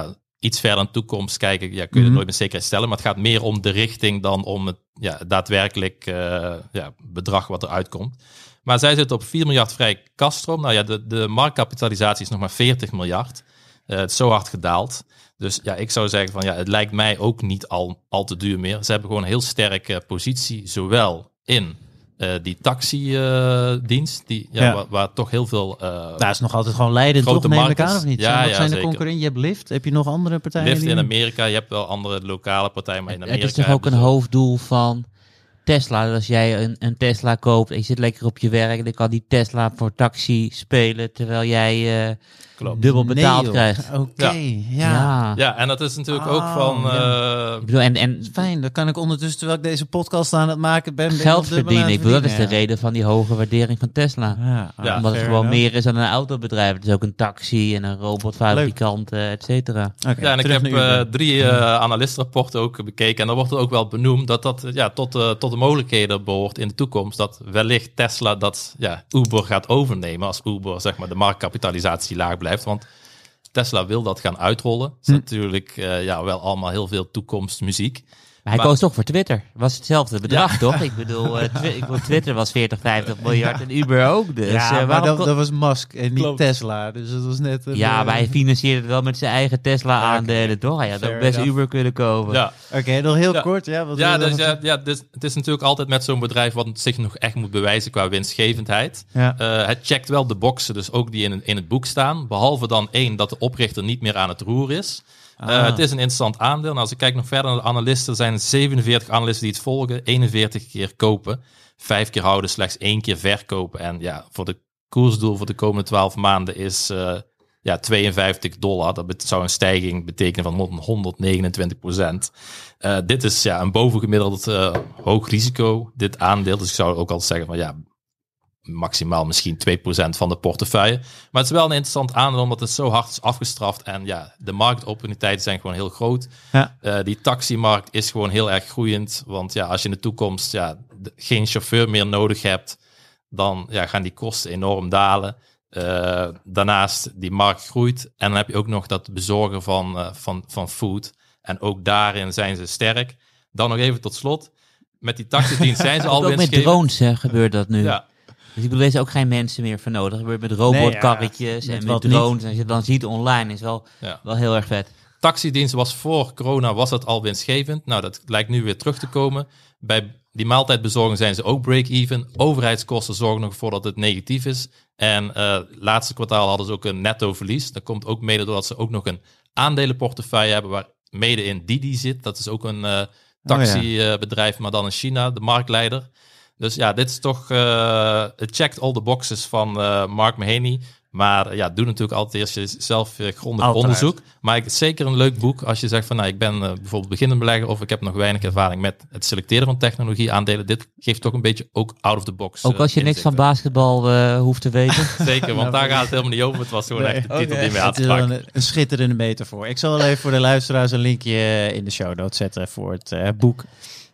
iets verder in de toekomst kijken, ja, kun je het Mhm. nooit met zekerheid stellen. Maar het gaat meer om de richting dan om het ja, daadwerkelijk uh, ja, bedrag wat eruit komt. Maar zij zitten op vier miljard vrij kasstroom. Nou ja, de, de marktkapitalisatie is nog maar veertig miljard. Uh, het is zo hard gedaald. Dus ja, ik zou zeggen van ja, het lijkt mij ook niet al, al te duur meer. Ze hebben gewoon een heel sterke positie, zowel in uh, die taxidienst, uh, die ja, Ja. Waar, waar toch heel veel. Uh, Dat is nog altijd gewoon leidend, grote toch? Neem ik markt aan is. of niet? Ja, Zijn, wat ja, zijn de zeker. concurrenten? Je hebt Lyft. Heb je nog andere partijen? Lyft die- in Amerika, je hebt wel andere lokale partijen, maar in Amerika Het is toch ook een hebben ze- hoofddoel van Tesla. Als jij een, een Tesla koopt en je zit lekker op je werk, dan kan die Tesla voor taxi spelen, terwijl jij uh, Klopt. dubbel Nee, betaald joh. krijgt. Oké, ja. Ja. Ja, en dat is natuurlijk ook Oh, van. ja. uh, Ik bedoel, en, en Fijn, dan kan ik ondertussen, terwijl ik deze podcast aan het maken ben... ben ik geld nog dubbel aan verdienen. het Ik bedoel, dat is de verdienen, reden van die hoge waardering van Tesla. ja. Ja, Ja, Omdat het fair gewoon enough. meer is dan een autobedrijf. Het is ook een taxi en een robotfabrikant, uh, et cetera. Oké, Ja, en ik terug heb naar uh, Uber. drie uh, analistenrapporten ook bekeken. En dan wordt er ook wel benoemd dat dat ja, tot, uh, tot de mogelijkheden behoort in de toekomst. Dat wellicht Tesla dat ja, Uber gaat overnemen als Uber zeg maar, de marktkapitalisatie laag blijft. Want Tesla wil dat gaan uitrollen. Dat is Hm. natuurlijk uh, ja, wel allemaal heel veel toekomstmuziek. Maar hij Maar- koos toch voor Twitter. Het was hetzelfde bedrag, toch? Ik bedoel, uh, twi- ik bedoel, Twitter was veertig, vijftig miljard en Uber ook. Dus, ja, uh, maar waarom dat, ko- dat was Musk en niet Klopt. Tesla. Dus dat was net... een, ja, eh, maar hij financierde het wel met zijn eigen Tesla-aandelen, toch? Hij had Fair ook best enough. Uber kunnen kopen. Ja, Oké, nog heel Ja. kort. Ja, wat ja, wil je dus, nog- ja, ja dus, het is natuurlijk altijd met zo'n bedrijf wat zich nog echt moet bewijzen qua winstgevendheid. Ja. Uh, het checkt wel de boxen, dus ook die in, in het boek staan. Behalve dan één, dat de oprichter niet meer aan het roer is. Uh, Ah. Het is een interessant aandeel. En als ik kijk nog verder naar de analisten, er zijn zevenenveertig analisten die het volgen. eenenveertig keer kopen, vijf keer houden, slechts één keer verkopen. En ja, voor de koersdoel voor de komende twaalf maanden is uh, ja, tweeënvijftig dollar. Dat bet- zou een stijging betekenen van honderdnegenentwintig procent. Uh, dit is ja, een bovengemiddeld uh, hoog risico, dit aandeel. Dus ik zou ook al zeggen van ja, maximaal misschien twee procent van de portefeuille. Maar het is wel een interessant aandeel omdat het zo hard is afgestraft. En ja, de marktopportuniteiten zijn gewoon heel groot. Ja. Uh, die taximarkt is gewoon heel erg groeiend. Want ja, als je in de toekomst ja, de- geen chauffeur meer nodig hebt, dan ja, gaan die kosten enorm dalen. Uh, daarnaast, die markt groeit. En dan heb je ook nog dat bezorgen van, uh, van, van food. En ook daarin zijn ze sterk. Dan nog even tot slot. Met die taxidienst zijn ze al Ook met winstgevend. drones hè, gebeurt dat nu. Ja, Dus ik bedoel, er zijn ook geen mensen meer voor nodig. Het gebeurt met robotkarretjes Nee, ja, en met met wat drones. En als je het dan ziet online, is wel, ja. wel heel erg vet. Taxidienst was voor corona was dat al winstgevend. Nou, dat lijkt nu weer terug te komen. Bij die maaltijdbezorging zijn ze ook break-even. Overheidskosten zorgen nog voor dat het negatief is. En uh, laatste kwartaal hadden ze ook een netto verlies. Dat komt ook mede doordat ze ook nog een aandelenportefeuille hebben waar mede in Didi zit. Dat is ook een uh, taxibedrijf, maar dan in China, de marktleider. Dus ja, dit is toch, uh, het checkt all the boxes van uh, Mark Mahaney. Maar ja, doe natuurlijk altijd eerst jezelf uh, grondig Altijd. onderzoek. Maar ik, zeker een leuk boek als je zegt van nou, ik ben uh, bijvoorbeeld beginnend belegger of ik heb nog weinig ervaring met het selecteren van technologie aandelen. Dit geeft toch een beetje ook out of the box. Ook als je uh, niks van inzichten. basketbal uh, hoeft te weten. Zeker, want daar gaat het helemaal niet over. Het was gewoon Nee. echt de titel Oké. die mij Het is aansprak. wel een, een schitterende metafoor. Ik zal wel even voor de luisteraars een linkje in de show notes zetten voor het uh, boek.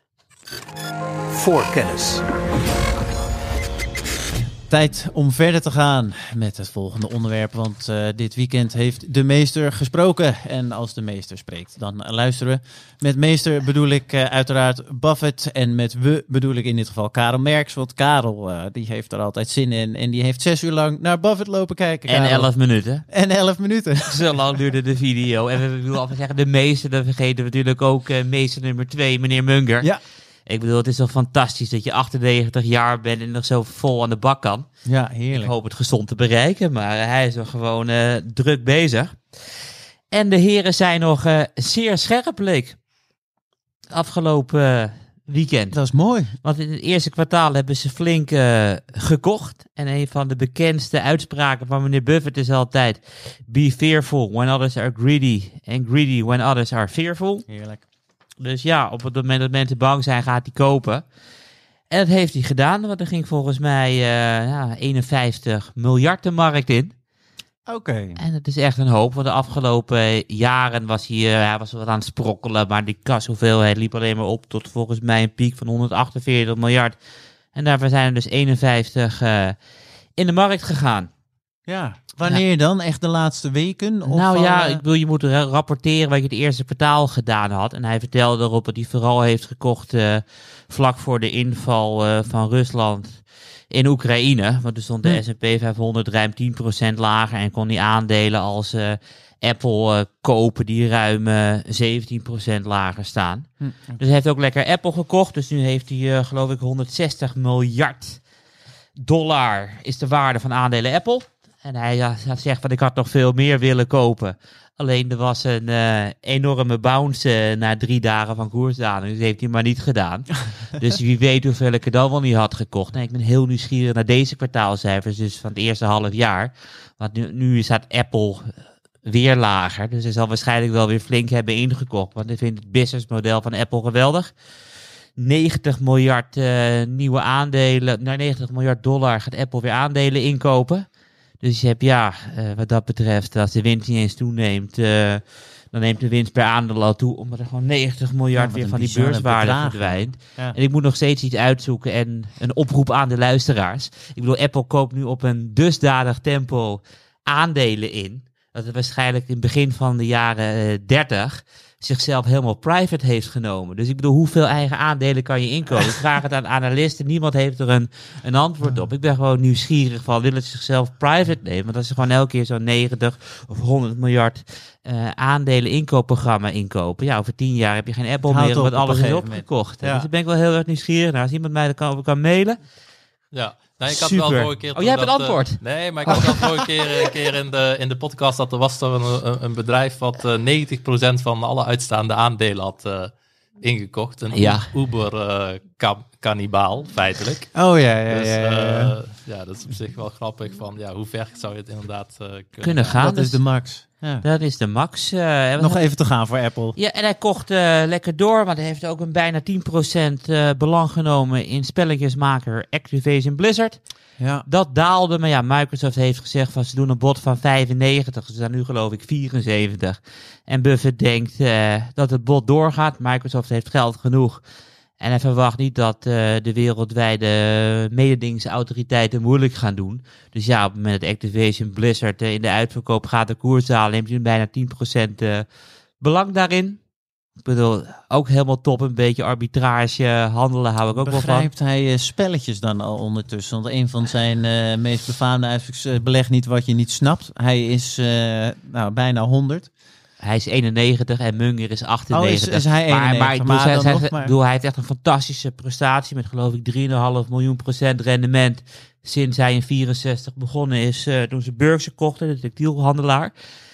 Voorkennis. Tijd om verder te gaan met het volgende onderwerp, want uh, dit weekend heeft de meester gesproken. En als de meester spreekt, dan luisteren we. Met meester bedoel ik uh, uiteraard Buffett en met we bedoel ik in dit geval Karel Merks. Want Karel, uh, die heeft er altijd zin in en die heeft zes uur lang naar Buffett lopen kijken. En Karel. elf minuten. En elf minuten. Zo lang duurde de video. En we willen altijd zeggen, de meester, dan vergeten we natuurlijk ook uh, meester nummer twee, meneer Munger. Ja. Ik bedoel, het is toch fantastisch dat je achtennegentig jaar bent en nog zo vol aan de bak kan. Ja, Ik heerlijk. hoop het gezond te bereiken, maar hij is nog gewoon uh, druk bezig. En de heren zijn nog uh, zeer scherp, leek. Afgelopen uh, weekend. Dat is mooi. Want in het eerste kwartaal hebben ze flink uh, gekocht. En een van de bekendste uitspraken van meneer Buffett is altijd: be fearful when others are greedy, and greedy when others are fearful. Heerlijk. Dus ja, op het moment dat mensen bang zijn, gaat hij kopen. En dat heeft hij gedaan, want er ging volgens mij uh, ja, eenenvijftig miljard de markt in. Oké. Okay. En het is echt een hoop, want de afgelopen jaren was hij, uh, hij was wel aan het sprokkelen, maar die kashoeveelheid liep alleen maar op tot volgens mij een piek van honderdachtenveertig miljard. En daarvoor zijn er dus eenenvijftig uh, in de markt gegaan. Ja. Wanneer dan? Echt de laatste weken? Of nou al, ja, uh... ik wil je moeten ra- rapporteren wat je het eerste kwartaal gedaan had. En hij vertelde erop dat hij vooral heeft gekocht uh, vlak voor de inval uh, van Rusland in Oekraïne. Want er stond de hm. S en P vijfhonderd ruim tien procent lager en kon die aandelen als uh, Apple uh, kopen die ruim uh, zeventien procent lager staan. Hm. Dus hij heeft ook lekker Apple gekocht. Dus nu heeft hij uh, geloof ik honderdzestig miljard dollar is de waarde van aandelen Apple. En hij ja, zegt van ik had nog veel meer willen kopen. Alleen er was een uh, enorme bounce uh, na drie dagen van koersdaling. Dus heeft hij maar niet gedaan. Dus wie weet hoeveel ik er dan wel niet had gekocht. En ik ben heel nieuwsgierig naar deze kwartaalcijfers. Dus van het eerste half jaar. Want nu, nu staat Apple weer lager. Dus hij zal waarschijnlijk wel weer flink hebben ingekocht. Want ik vind het businessmodel van Apple geweldig. negentig miljard uh, nieuwe aandelen. Nou, negentig miljard dollar gaat Apple weer aandelen inkopen. Dus je hebt ja, uh, wat dat betreft, als de winst niet eens toeneemt, uh, dan neemt de winst per aandeel al toe, omdat er gewoon negentig miljard ja, weer van die beurswaarde bedragen. verdwijnt. Ja. En ik moet nog steeds iets uitzoeken en een oproep aan de luisteraars. Ik bedoel, Apple koopt nu op een dusdanig tempo aandelen in, dat het waarschijnlijk in het begin van de jaren uh, dertig zichzelf helemaal private heeft genomen. Dus ik bedoel, hoeveel eigen aandelen kan je inkopen? Ik vraag het aan analisten. Niemand heeft er een, een antwoord op. Ik ben gewoon nieuwsgierig van, willen ze zichzelf private nemen? Want als ze gewoon elke keer zo'n negentig of honderd miljard uh, aandelen inkoopprogramma inkopen, ja, over tien jaar heb je geen Apple meer, want alles is opgekocht. Ja. Dus daar ben ik wel heel erg nieuwsgierig naar. Als iemand mij kan, kan mailen. Ja. Nee, ik had Super. wel vorige keer... Oh, jij hebt dat, het antwoord? Uh, nee, maar ik had wel vorige keer, een keer in, de, in de podcast dat er was er een, een bedrijf wat uh, negentig procent van alle uitstaande aandelen had uh, ingekocht. Een ja. Uber-kannibaal, uh, feitelijk. Oh ja, ja, dus, ja, ja, ja. Uh, ja, dat is op zich wel grappig van, ja, hoe ver zou je het inderdaad uh, kunnen, kunnen gaan. Dat dus, is de max. Ja. Dat is de max. Uh, Nog even te gaan voor Apple. Ja, en hij kocht uh, lekker door, maar hij heeft ook een bijna tien procent uh, belang genomen in spelletjesmaker Activision Blizzard. Ja. Dat daalde, maar ja, Microsoft heeft gezegd van ze doen een bod van vijfennegentig. Ze zijn nu geloof ik vierenzeventig. En Buffett denkt uh, dat het bod doorgaat. Microsoft heeft geld genoeg. En hij verwacht niet dat uh, de wereldwijde mededingingsautoriteiten moeilijk gaan doen. Dus ja, op het moment dat Activision Blizzard uh, in de uitverkoop gaat de koers dalen, neemt hij bijna tien procent uh, belang daarin. Ik bedoel, ook helemaal top, een beetje arbitrage, handelen hou ik ook wel van. Begrijpt hij uh, spelletjes dan al ondertussen? Want een van zijn uh, meest befaamde uitspraken, beleg niet wat je niet snapt. Hij is uh, nou, bijna honderd. Hij is eenennegentig en Munger is achtennegentig. Oh, is, is hij eenennegentig? Maar, maar, maar, maar, zijn, zijn, nog, maar... bedoel, hij heeft echt een fantastische prestatie met geloof ik drie komma vijf miljoen procent rendement sinds hij in vierenzestig begonnen is, uh, toen ze Berkshire kochten, de textielhandelaar.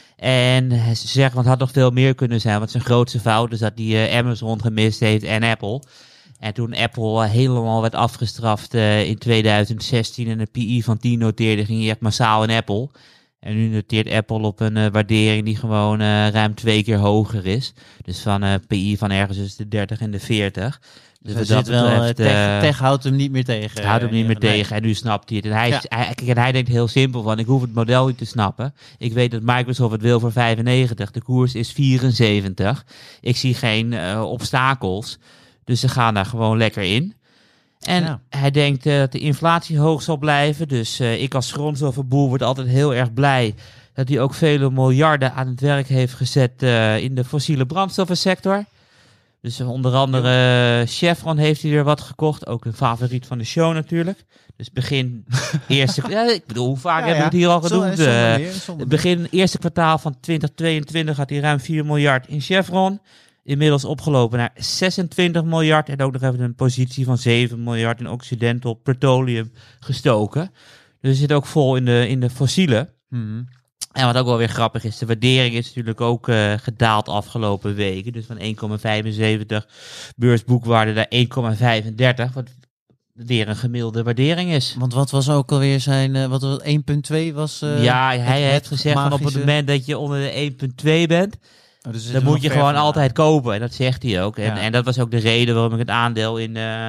En ze zeggen, want het had nog veel meer kunnen zijn, want zijn grootste fout is dat hij uh, Amazon gemist heeft en Apple. En toen Apple uh, helemaal werd afgestraft uh, in tweeduizend zestien en een P I van tien noteerde, ging hij echt massaal in Apple. En nu noteert Apple op een uh, waardering die gewoon uh, ruim twee keer hoger is. Dus van een uh, P I van ergens tussen de dertig en de veertig. Dus, dus dat wel, betreft, tech, uh, tech houdt hem niet meer tegen. Het houdt hem niet meer nee. tegen en nu snapt hij het. En hij, Ja. is, hij, kijk, en hij denkt heel simpel van, ik hoef het model niet te snappen. Ik weet dat Microsoft het wil voor vijfennegentig. De koers is vierenzeventig. Ik zie geen uh, obstakels. Dus ze gaan daar gewoon lekker in. En ja. hij denkt uh, dat de inflatie hoog zal blijven. Dus uh, ik als grondstoffenboer word altijd heel erg blij dat hij ook vele miljarden aan het werk heeft gezet uh, in de fossiele brandstoffensector. Dus uh, onder andere uh, Chevron heeft hij er wat gekocht. Ook een favoriet van de show natuurlijk. Dus begin eerste... ja, ik bedoel, hoe vaak ja, hebben we het hier al genoemd? Uh, meer, begin eerste kwartaal van twintig tweeëntwintig had hij ruim vier miljard in Chevron. Inmiddels opgelopen naar zesentwintig miljard. En ook nog even een positie van zeven miljard in Occidental Petroleum gestoken. Dus hij zit ook vol in de, in de fossielen. Mm-hmm. En wat ook wel weer grappig is, de waardering is natuurlijk ook uh, gedaald afgelopen weken. Dus van één komma vijfenzeventig beursboekwaarde naar één komma vijfendertig. Wat weer een gemiddelde waardering is. Want wat was ook alweer zijn... Uh, wat was één komma twee was... Uh, ja, hij het, heeft gezegd magische... van op het moment dat je onder de één komma twee bent... Oh, dus dan moet je gewoon altijd kopen. En dat zegt hij ook. En, ja. en dat was ook de reden waarom ik het aandeel in uh,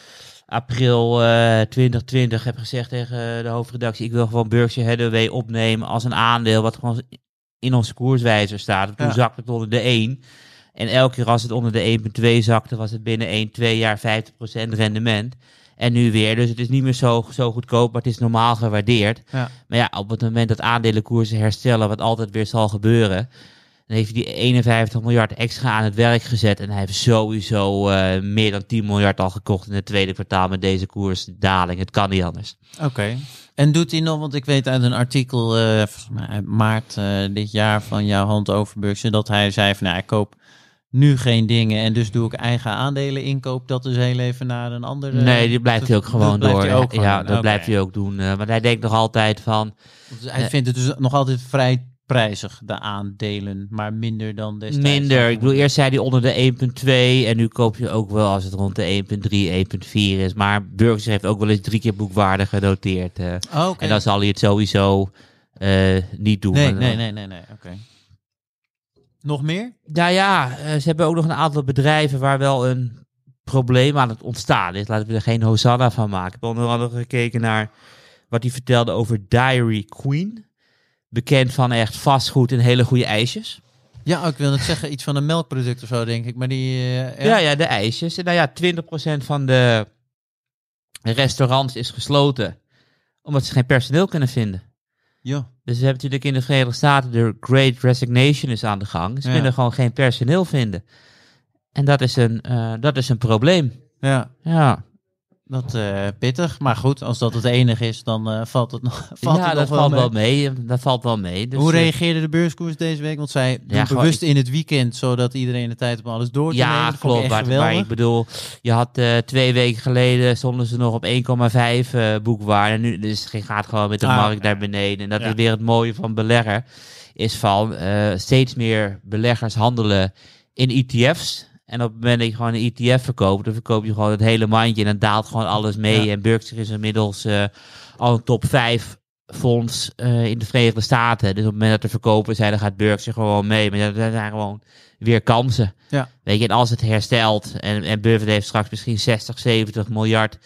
april uh, twintig twintig heb gezegd tegen de hoofdredactie. Ik wil gewoon Berkshire Hathaway opnemen als een aandeel wat gewoon in onze koerswijzer staat. Toen ja. zakte het onder de één. En elke keer als het onder de één komma twee zakte, was het binnen één, twee jaar vijftig procent rendement. En nu weer. Dus het is niet meer zo, zo goedkoop, maar het is normaal gewaardeerd. Ja. Maar ja, op het moment dat aandelenkoersen herstellen, wat altijd weer zal gebeuren, dan heeft hij die eenenvijftig miljard extra aan het werk gezet. En hij heeft sowieso uh, meer dan tien miljard al gekocht in het tweede kwartaal met deze koersdaling. Het kan niet anders. Oké. Okay. En doet hij nog, want ik weet uit een artikel uh, uit maart uh, dit jaar van jouw hand over Berkshire, dat hij zei van nou, ik koop nu geen dingen en dus doe ik eigen aandelen inkoop. Dat is heel even naar een andere... Nee, die blijft hij ook gewoon door. Hij ook ja, doen. dat okay. blijft hij ook doen. Uh, maar hij denkt nog altijd van... Dus hij uh, vindt het dus nog altijd vrij prijzig, de aandelen, maar minder dan destijds. Minder. Ik bedoel, eerst zei hij onder de één komma twee en nu koop je ook wel als het rond de één komma drie, één komma vier is. Maar Berkshire heeft ook wel eens drie keer boekwaarde genoteerd. Uh, oh, okay. En dan zal hij het sowieso uh, niet doen. Nee, nee, nee, nee, nee. Oké. Okay. Nog meer? Nou ja, uh, ze hebben ook nog een aantal bedrijven waar wel een probleem aan het ontstaan is. Laten we er geen hosanna van maken. Ik heb onder andere gekeken naar wat hij vertelde over Dairy Queen. Bekend van echt vastgoed en hele goede ijsjes. Ja, ik wil net zeggen, iets van een melkproduct of zo, denk ik. Maar die... Uh, ja. ja, ja, de ijsjes. En nou ja, twintig procent van de restaurants is gesloten, omdat ze geen personeel kunnen vinden. Ja. Dus we hebben natuurlijk in de Verenigde Staten de Great Resignation is aan de gang. Ze ja. kunnen gewoon geen personeel vinden. En dat is een, uh, dat is een probleem. Ja. Ja. Dat uh, pittig, maar goed, als dat het enige is, dan uh, valt het nog valt Ja, het dat nog valt wel mee. wel mee. Dat valt wel mee. Dus, hoe reageerde de beurskoers deze week? Want zij doen ja, bewust gewoon, in het weekend, zodat iedereen de tijd om alles door te ja, nemen. Dat klopt. Maar, maar ik bedoel, je had uh, twee weken geleden stonden ze nog op één komma vijf uh, boekwaarde. En nu dus het gaat gewoon met de ah, markt naar beneden. En dat ja. is weer het mooie van belegger. Is van uh, steeds meer beleggers handelen in E T F's. En op het moment dat je gewoon een E T F verkoopt, dan verkoop je gewoon het hele mandje en dan daalt gewoon alles mee. Ja. En Berkshire is inmiddels uh, al een top vijf fonds uh, in de Verenigde Staten. Dus op het moment dat er verkopen zijn, dan gaat Berkshire gewoon mee. Maar dat zijn gewoon weer kansen. Ja. Weet je, en als het herstelt, en, en Buffett heeft straks misschien zestig, zeventig miljard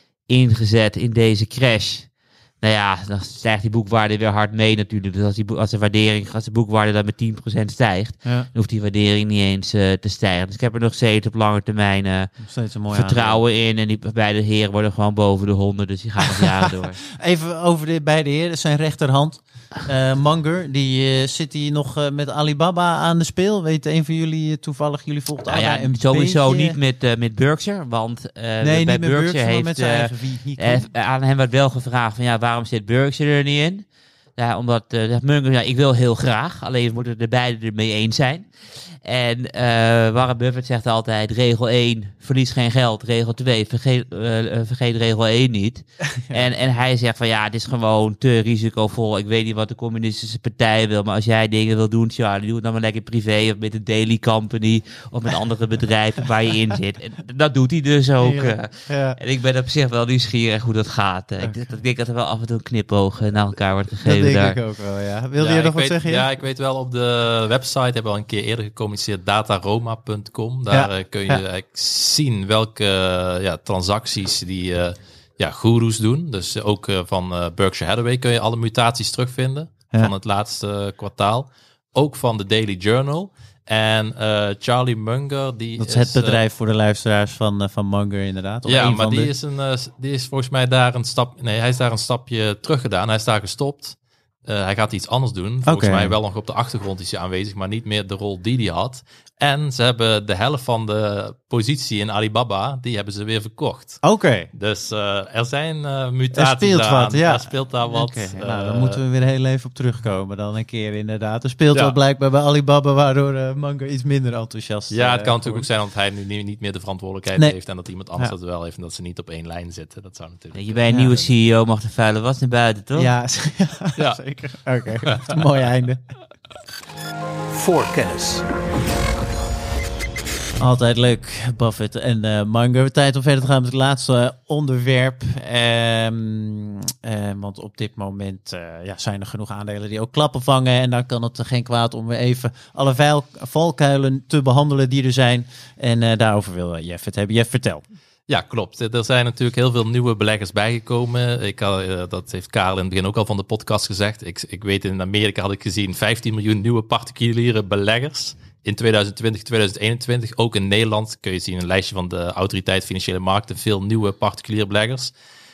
ingezet in deze crash. Nou ja, dan stijgt die boekwaarde weer hard mee natuurlijk. Dus als, die, als, de, waardering, als de boekwaarde dan met tien procent stijgt, ja. dan hoeft die waardering niet eens uh, te stijgen. Dus ik heb er nog steeds op lange termijn uh, steeds een vertrouwen aandeel in. En die beide heren worden gewoon boven de honderd, dus die gaan nog jaren door. Even over de beide heren, zijn rechterhand. Uh, Munger, die uh, zit hier nog uh, met Alibaba aan de speel. Weet een van jullie uh, toevallig, jullie volgt nou ja, een sowieso beetje... niet met, uh, met Berkshire, want uh, nee, bij niet met Berkshire, Berkshire heeft met uh, uh, aan hem werd wel gevraagd van ja, waarom zit Berkshire er niet in? Ja, omdat uh, Munger, ja, ik wil heel graag, alleen we moeten er beide ermee eens zijn. En uh, Warren Buffett zegt altijd, regel één, verlies geen geld. Regel twee, vergeet, uh, vergeet regel één niet. Ja. En, en hij zegt van ja, het is gewoon te risicovol. Ik weet niet wat de communistische partij wil, maar als jij dingen wil doen, Charlie, doe het dan maar lekker privé of met een daily company of met andere bedrijven waar je in zit. En dat doet hij dus ook. Uh, ja. En ik ben op zich wel nieuwsgierig hoe dat gaat. Uh, okay. ik, ik denk dat er wel af en toe een knipoog naar elkaar wordt gegeven. Dat denk daar. ik ook wel, ja. Wil ja, je nog wat weet, zeggen? Ja, ik weet wel, op de website hebben we al een keer eerder gekomen. dataroma punt com. Daar ja, uh, kun je ja. eigenlijk zien welke uh, ja, transacties die uh, ja, goeroes doen. Dus uh, ook uh, van uh, Berkshire Hathaway kun je alle mutaties terugvinden ja. van het laatste uh, kwartaal. Ook van de Daily Journal. En uh, Charlie Munger, die dat is, is het bedrijf uh, voor de luisteraars van, uh, van Munger inderdaad. Of ja, maar die, de... is een, uh, die is volgens mij daar een stap. Nee, hij is daar een stapje terug gedaan. Hij is daar gestopt. Uh, hij gaat iets anders doen. Volgens okay. mij wel nog op de achtergrond is hij aanwezig, maar niet meer de rol die hij had. En ze hebben de helft van de positie in Alibaba, die hebben ze weer verkocht. Oké. Okay. Dus uh, er zijn uh, mutaties er speelt aan. wat, ja. Er speelt daar wat. Okay. Uh, nou, dan moeten we weer heel even op terugkomen dan een keer inderdaad. Er speelt ja. wat blijkbaar bij Alibaba, waardoor uh, Munger iets minder enthousiast Ja, het uh, kan natuurlijk ook zijn dat hij nu niet meer de verantwoordelijkheid nee. heeft en dat iemand anders ja. dat wel heeft en dat ze niet op één lijn zitten. Dat zou natuurlijk... Je bij een ja. nieuwe C E O mag de vuile was naar buiten, toch? Ja, ja, ja. zeker. Oké, okay. ja. Een mooi einde. Voorkennis. Altijd leuk, Buffett en uh, Munger. Tijd om verder te gaan met het laatste uh, onderwerp. Um, uh, want op dit moment uh, ja, zijn er genoeg aandelen die ook klappen vangen. En dan kan het geen kwaad om weer even alle vuil, valkuilen te behandelen die er zijn. En uh, daarover wil Jeff het hebben. Jeff, vertel. Ja, klopt. Er zijn natuurlijk heel veel nieuwe beleggers bijgekomen. Ik had, uh, dat heeft Karel in het begin ook al van de podcast gezegd. Ik, ik weet, in Amerika had ik gezien vijftien miljoen nieuwe particuliere beleggers in tweeduizend twintig, tweeduizend eenentwintig, ook in Nederland, kun je zien een lijstje van de Autoriteit Financiële Markten, veel nieuwe particuliere beleggers.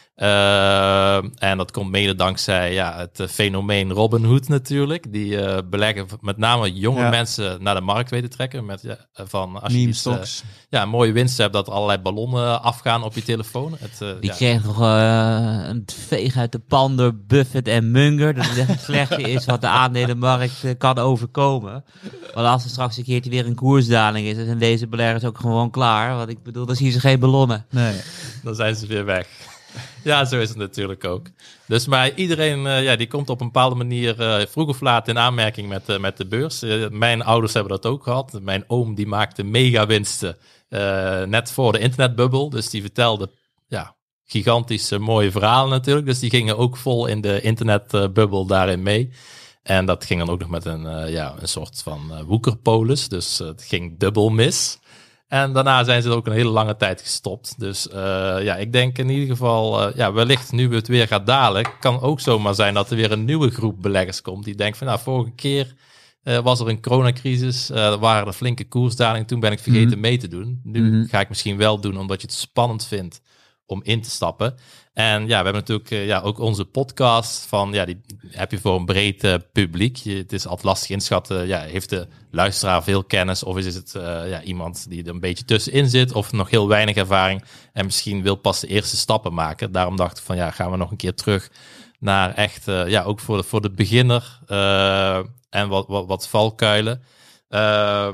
Uh, en dat komt mede dankzij ja, het uh, fenomeen Robinhood natuurlijk. Die uh, beleggen met name jonge ja. mensen naar de markt weten trekken. Met, ja, van als je iets, uh, ja, een mooie winst hebt, dat allerlei ballonnen afgaan op je telefoon. Het, uh, die ja. kregen nog uh, een veeg uit de pan door Buffett en Munger. Dat het echt het slechte is wat de aandelenmarkt uh, kan overkomen. Want als er straks een keertje weer een koersdaling is, dan zijn deze beleggers ook gewoon klaar. Want ik bedoel, dan zien ze geen ballonnen. Nee, dan zijn ze weer weg. Ja, zo is het natuurlijk ook. Dus maar iedereen uh, ja, die komt op een bepaalde manier uh, vroeg of laat in aanmerking met, uh, met de beurs. Uh, mijn ouders hebben dat ook gehad. Mijn oom die maakte mega winsten uh, net voor de internetbubbel. Dus die vertelde ja, gigantische mooie verhalen natuurlijk. Dus die gingen ook vol in de internetbubbel daarin mee. En dat ging dan ook nog met een, uh, ja, een soort van uh, woekerpolis. Dus uh, het ging dubbel mis. En daarna zijn ze er ook een hele lange tijd gestopt. Dus uh, ja, ik denk in ieder geval, uh, ja, wellicht nu het weer gaat dalen, kan ook zomaar zijn dat er weer een nieuwe groep beleggers komt die denkt van, nou, vorige keer uh, was er een coronacrisis, uh, er waren er flinke koersdalingen, toen ben ik vergeten mm-hmm. mee te doen. Nu mm-hmm. ga ik misschien wel doen, omdat je het spannend vindt om in te stappen. En ja, we hebben natuurlijk uh, ja, ook onze podcast van, ja, die heb je voor een breed uh, publiek. Je, het is altijd lastig inschatten, ja, heeft de luisteraar veel kennis of is het uh, ja, iemand die er een beetje tussenin zit of nog heel weinig ervaring en misschien wil pas de eerste stappen maken. Daarom dacht ik van, ja, gaan we nog een keer terug naar echt, uh, ja, ook voor de, voor de beginner uh, en wat, wat, wat valkuilen. Uh,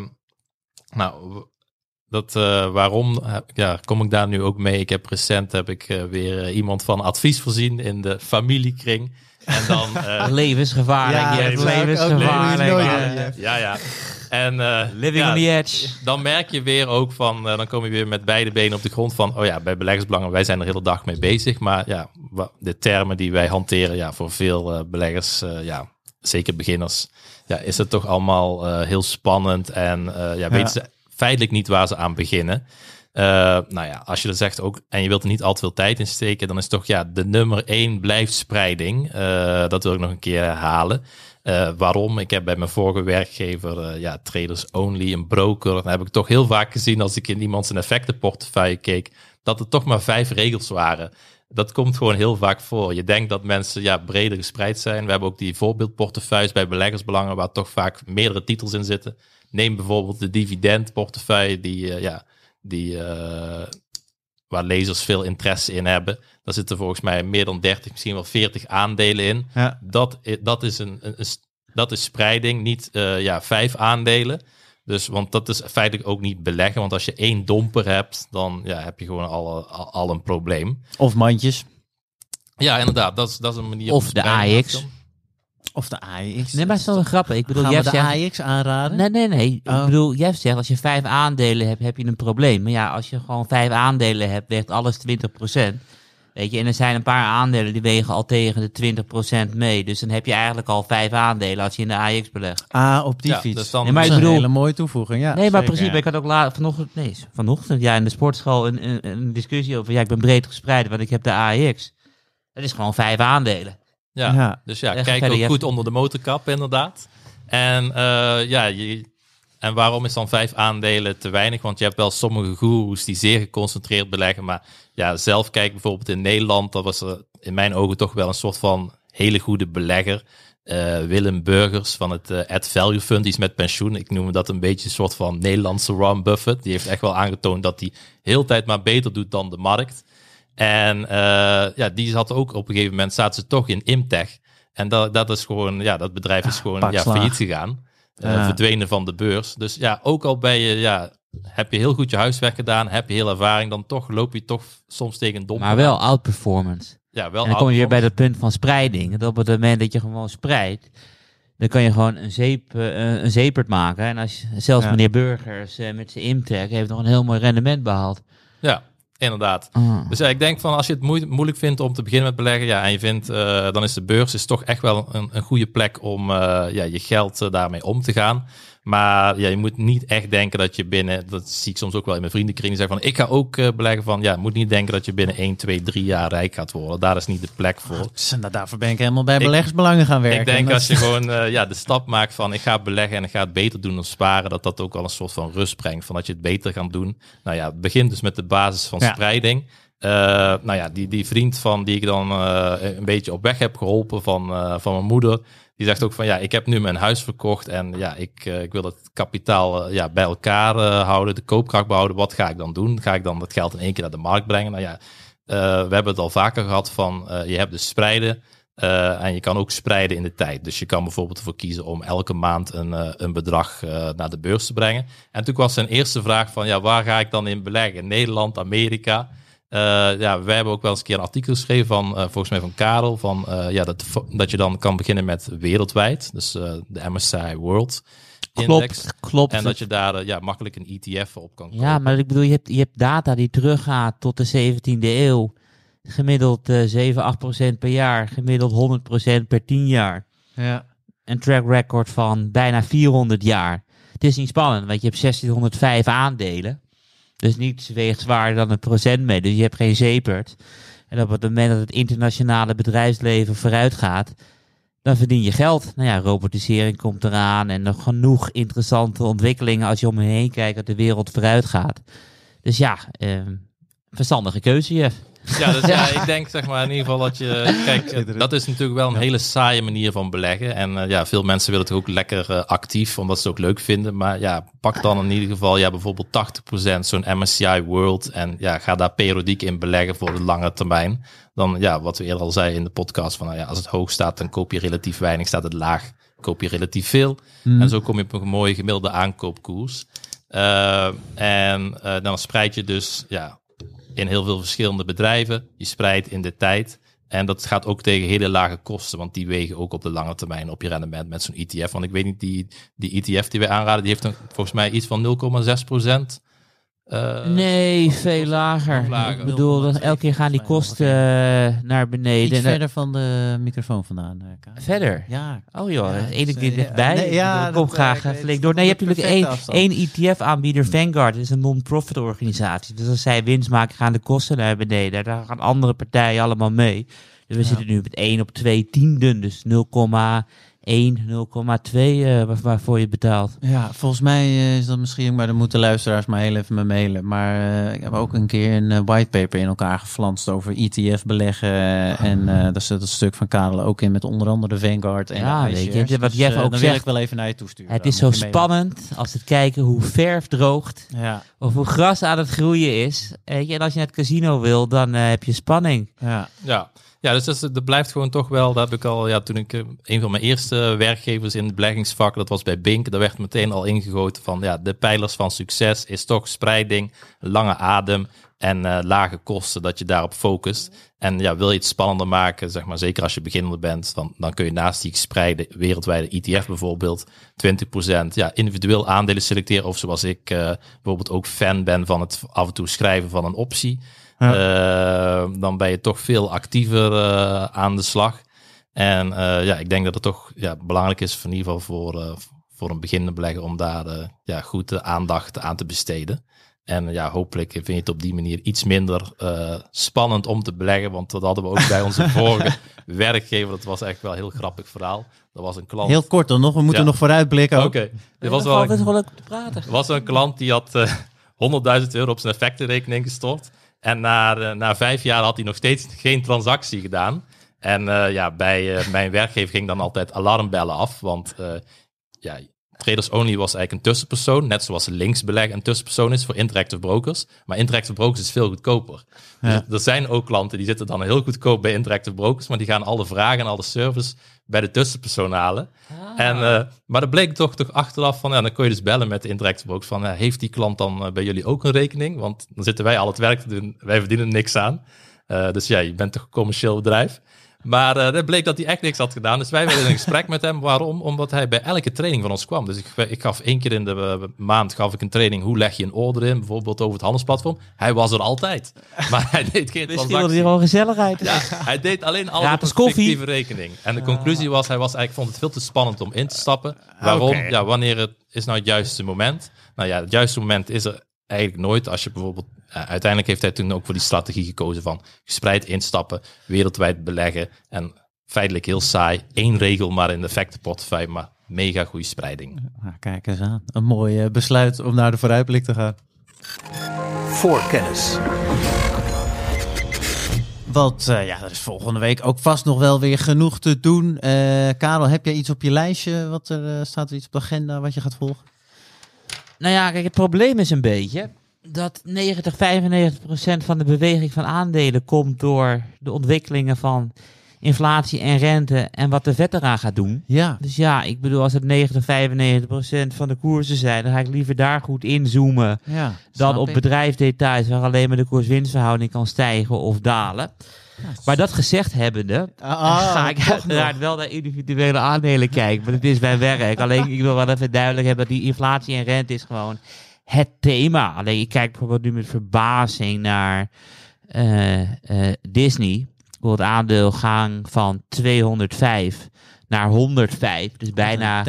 nou... Dat, uh, waarom ja, kom ik daar nu ook mee? Ik heb recent heb ik uh, weer uh, iemand van advies voorzien in de familiekring. En dan uh, levensgevaarlijk. Ja, je levensgevaarlijk. Ja, ja, ja. En uh, living ja, on the edge. Dan merk je weer ook van, uh, dan kom je weer met beide benen op de grond van, oh ja, bij beleggersbelangen, wij zijn er de hele dag mee bezig. Maar ja, de termen die wij hanteren, ja, voor veel uh, beleggers, uh, ja, zeker beginners, ja, is het toch allemaal uh, heel spannend en uh, ja, ja. weten ze feitelijk niet waar ze aan beginnen. Uh, nou ja, als je er zegt ook, en je wilt er niet al te veel tijd in steken, dan is toch ja, de nummer één blijft spreiding. Uh, dat wil ik nog een keer herhalen. Uh, waarom? Ik heb bij mijn vorige werkgever, uh, ja, Traders Only, een broker. Dan heb ik toch heel vaak gezien als ik in iemand zijn effectenportefeuille keek, dat er toch maar vijf regels waren. Dat komt gewoon heel vaak voor. Je denkt dat mensen ja, breder gespreid zijn. We hebben ook die voorbeeldportefeuilles bij beleggersbelangen, waar toch vaak meerdere titels in zitten. Neem bijvoorbeeld de dividendportefeuille, die, uh, ja, die, uh, waar lezers veel interesse in hebben. Daar zitten volgens mij meer dan dertig, misschien wel veertig aandelen in. Ja. Dat, dat, is een, een, een, dat is spreiding, niet uh, ja, vijf aandelen. Dus, want dat is feitelijk ook niet beleggen. Want als je één domper hebt, dan ja, heb je gewoon al, al, al een probleem. Of mandjes. Ja, inderdaad. Dat is, dat is een manier. Of de A X. Of de A X. Nee, maar het is wel grappig. Ik bedoel, Gaan jij we de zegt, A X aanraden? Nee, nee, nee. Oh. Ik bedoel, jij zegt, als je vijf aandelen hebt, heb je een probleem. Maar ja, als je gewoon vijf aandelen hebt, weegt alles twintig procent. Weet je, en er zijn een paar aandelen die wegen al tegen de twintig procent mee. Dus dan heb je eigenlijk al vijf aandelen als je in de A X belegt. Ah, op die ja, fiets. Dus dan nee, maar dat ik is bedoel, een hele mooie toevoeging, ja. Nee, maar zeker, precies. ja. Ik had ook la- vanochtend, nee, vanochtend ja, in de sportschool een, een, een discussie over, ja, ik ben breed gespreid, want ik heb de A X. Dat is gewoon vijf aandelen. Ja, Ja. dus ja, Echt kijk verder, ook je goed hebt- onder de motorkap inderdaad. En uh, ja, je, en waarom is dan vijf aandelen te weinig? Want je hebt wel sommige goeroes die zeer geconcentreerd beleggen. Maar ja, zelf kijk bijvoorbeeld in Nederland, dat was er in mijn ogen toch wel een soort van hele goede belegger. Uh, Willem Burgers van het uh, Add Value Fund, die is met pensioen. Ik noem dat een beetje een soort van Nederlandse Warren Buffett. Die heeft echt wel aangetoond dat hij heel de tijd maar beter doet dan de markt. En uh, ja, die zat ook op een gegeven moment, zaten ze toch in Imtech. En dat, dat is gewoon, ja, dat bedrijf is gewoon ja, failliet gegaan. Uh, Ja. Verdwenen van de beurs. Dus ja, ook al ben je, ja, heb je heel goed je huiswerk gedaan, heb je heel ervaring, dan toch loop je toch soms tegen een domper. Maar wel outperformance. Ja, wel En dan kom je weer bij outperformance. dat punt van spreiding. Dat op het moment dat je gewoon spreidt, dan kan je gewoon een, zeep, uh, een zeepert maken. En als je, zelfs Ja. meneer Burgers uh, met zijn Imtech heeft nog een heel mooi rendement behaald. Ja, inderdaad. Ah. Dus ja, ik denk van als je het moe- moeilijk vindt om te beginnen met beleggen, ja, en je vindt, uh, dan is de beurs is toch echt wel een, een goede plek om uh, ja, je geld uh, daarmee om te gaan. Maar ja, je moet niet echt denken dat je binnen, dat zie ik soms ook wel in mijn vriendenkring, die zeggen van, ik ga ook uh, beleggen van, ja, je moet niet denken dat je binnen één, twee, drie jaar rijk gaat worden. Daar is niet de plek voor. Oh, nou, daarvoor ben ik helemaal bij beleggersbelangen gaan werken. Ik denk dat... als je gewoon uh, ja, de stap maakt van, ik ga beleggen en ik ga het beter doen dan sparen, dat dat ook al een soort van rust brengt, van dat je het beter gaat doen. Nou ja, het begint dus met de basis van ja. spreiding. Uh, nou ja, die, die vriend van die ik dan uh, een beetje op weg heb geholpen van, uh, van mijn moeder, die zegt ook van ja, ik heb nu mijn huis verkocht en ja, ik, uh, ik wil het kapitaal uh, ja, bij elkaar uh, houden, de koopkracht behouden. Wat ga ik dan doen? Ga ik dan dat geld in één keer naar de markt brengen? Nou ja, uh, we hebben het al vaker gehad van uh, je hebt dus spreiden uh, en je kan ook spreiden in de tijd. Dus je kan bijvoorbeeld ervoor kiezen om elke maand een, uh, een bedrag uh, naar de beurs te brengen. En toen was zijn eerste vraag van ja, waar ga ik dan in beleggen? Nederland, Amerika? Uh, ja, wij hebben ook wel eens een keer een artikel geschreven van, uh, volgens mij van Karel, van uh, ja, dat, dat je dan kan beginnen met wereldwijd, dus uh, de M S C I World Index. Klopt, klopt. En dat je daar uh, ja, makkelijk een E T F op kan kopen. Ja, maar ik bedoel, je hebt, je hebt data die teruggaat tot de zeventiende eeuw. Gemiddeld uh, zeven, acht procent per jaar, gemiddeld honderd procent per tien jaar. Ja. Een track record van bijna vierhonderd jaar. Het is niet spannend, want je hebt zestienhonderdvijf aandelen. Dus niets weegt zwaarder dan een procent mee. Dus je hebt geen zeepert. En op het moment dat het internationale bedrijfsleven vooruit gaat, dan verdien je geld. Nou ja, robotisering komt eraan en nog genoeg interessante ontwikkelingen als je om je heen kijkt dat de wereld vooruit gaat. Dus ja, eh, verstandige keuze, Jeff. Ja, dus ja, ik denk zeg maar in ieder geval dat je... Kijk, dat is natuurlijk wel een hele saaie manier van beleggen. En uh, ja, veel mensen willen het ook lekker uh, actief, omdat ze het ook leuk vinden. Maar ja, pak dan in ieder geval ja, bijvoorbeeld tachtig procent zo'n M S C I World. En ja, ga daar periodiek in beleggen voor de lange termijn. Dan ja, wat we eerder al zeiden in de podcast. Van, nou ja, als het hoog staat, dan koop je relatief weinig. Staat het laag, koop je relatief veel. Mm. En zo kom je op een mooie gemiddelde aankoopkoers. Uh, en uh, dan spreid je dus... ja. in heel veel verschillende bedrijven. Je spreidt in de tijd. En dat gaat ook tegen hele lage kosten. Want die wegen ook op de lange termijn op je rendement met zo'n E T F. Want ik weet niet, die, die E T F die wij aanraden, die heeft dan volgens mij iets van nul komma zes procent. Uh, nee, veel lager. lager. Ik bedoel, dan elke keer gaan die kosten uh, naar beneden. Iets verder van de microfoon vandaan. Uh, verder? Ja. Oh joh, ja, één keer uh, dichtbij. Nee, ja, ik kom dat, graag uh, flink door. Nee, je hebt natuurlijk één, één E T F-aanbieder, Vanguard. Dat is een non-profit organisatie. Dus als zij winst maken, gaan de kosten naar beneden. Daar gaan andere partijen allemaal mee. Dus we ja. zitten nu met één op twee tienden. Dus nul komma één, nul komma twee uh, waar, waarvoor je het betaalt. Ja, volgens mij uh, is dat misschien, maar dan moeten luisteraars maar heel even me mailen. Maar uh, ik heb ook een keer een uh, whitepaper in elkaar geflanst over E T F beleggen. Uh, en uh, daar zit het stuk van Karel ook in met onder andere Vanguard. En ja, weet je, wat dus, Jeff uh, ook dan zegt, wil ik wel even naar je toesturen. Het is zo spannend als het kijken hoe verf droogt. Ja. Of hoe gras aan het groeien is. Uh, en als je naar het casino wil, dan uh, heb je spanning. Ja, ja. Ja, dus dat, is, dat blijft gewoon toch wel, dat heb ik al, ja, toen ik een van mijn eerste werkgevers in het beleggingsvak, dat was bij Bink, daar werd meteen al ingegoten van, ja, de pijlers van succes is toch spreiding, lange adem en uh, lage kosten, dat je daarop focust. En ja, wil je het spannender maken, zeg maar, zeker als je beginner bent, dan, dan kun je naast die gespreide wereldwijde E T F bijvoorbeeld twintig procent ja, individueel aandelen selecteren, of zoals ik uh, bijvoorbeeld ook fan ben van het af en toe schrijven van een optie. Ja. Uh, dan ben je toch veel actiever uh, aan de slag. En uh, ja, ik denk dat het toch ja, belangrijk is, in ieder geval voor, uh, voor een beginnende belegger, om daar uh, ja, goed de aandacht aan te besteden. En ja, hopelijk vind je het op die manier iets minder uh, spannend om te beleggen. Want dat hadden we ook bij onze vorige werkgever. Dat was echt wel een heel grappig verhaal. Dat was een klant. Heel kort dan nog, we moeten ja. nog vooruitblikken. Oké. Okay. Er was wel een, wel te praten. Er was een klant die had uh, honderdduizend euro op zijn effectenrekening gestort. En na, uh, na vijf jaar had hij nog steeds geen transactie gedaan. En uh, ja, bij uh, mijn werkgever ging dan altijd alarmbellen af. Want uh, ja, Traders Only was eigenlijk een tussenpersoon. Net zoals linksbeleg een tussenpersoon is voor interactive brokers. Maar interactive brokers is veel goedkoper. Ja. Dus er zijn ook klanten die zitten dan heel goedkoop bij interactive brokers. Maar die gaan alle vragen en alle service bij de tussenpersoon halen. Ah. En, uh, maar dat bleek toch, toch achteraf van, ja, dan kon je dus bellen met de interactive brokers van, uh, heeft die klant dan uh, bij jullie ook een rekening? Want dan zitten wij al het werk te doen, wij verdienen niks aan. Uh, dus ja, je bent toch een commercieel bedrijf. Maar uh, het bleek dat hij echt niks had gedaan. Dus wij werden in een gesprek met hem. Waarom? Omdat hij bij elke training van ons kwam. Dus ik, ik gaf één keer in de uh, maand gaf ik een training. Hoe leg je een order in? Bijvoorbeeld over het handelsplatform. Hij was er altijd. Maar hij deed geen Misschien transactie. hier al gezelligheid. Ja, hij deed alleen alles op Gratis een koffie. fictieve rekening. En de conclusie was, hij was eigenlijk vond het veel te spannend om in te stappen. Waarom? Okay. Ja, wanneer het is nou het juiste moment? Nou ja, het juiste moment is er eigenlijk nooit. Als je bijvoorbeeld, uh, uiteindelijk heeft hij toen ook voor die strategie gekozen van gespreid instappen, wereldwijd beleggen en feitelijk heel saai. Eén regel maar in de effectenportefeuille, maar mega goede spreiding. Nou, kijk eens aan. Een mooi uh, besluit om naar de vooruitblik te gaan. Voorkennis. Want uh, ja, er is volgende week ook vast nog wel weer genoeg te doen. Uh, Karel, heb jij iets op je lijstje? Wat er, uh, staat er iets op de agenda wat je gaat volgen? Nou ja, kijk, het probleem is een beetje dat negentig, vijfennegentig procent van de beweging van aandelen komt door de ontwikkelingen van inflatie en rente en wat de vet eraan gaat doen. Ja. Dus ja, ik bedoel, als het negentig, vijfennegentig procent van de koersen zijn, dan ga ik liever daar goed inzoomen ja dan op bedrijfsdetails waar alleen maar de koers-winstverhouding kan stijgen of dalen. Ja, Maar dat gezegd hebbende, ah, ga ik uiteraard wel naar individuele aandelen kijken. Want het is mijn werk. Alleen, ik wil wel even duidelijk hebben dat die inflatie en rente is gewoon het thema. Alleen, ik kijk bijvoorbeeld nu met verbazing naar uh, uh, Disney. Het aandeel gaan van tweehonderdvijf naar honderdvijf. Dus bijna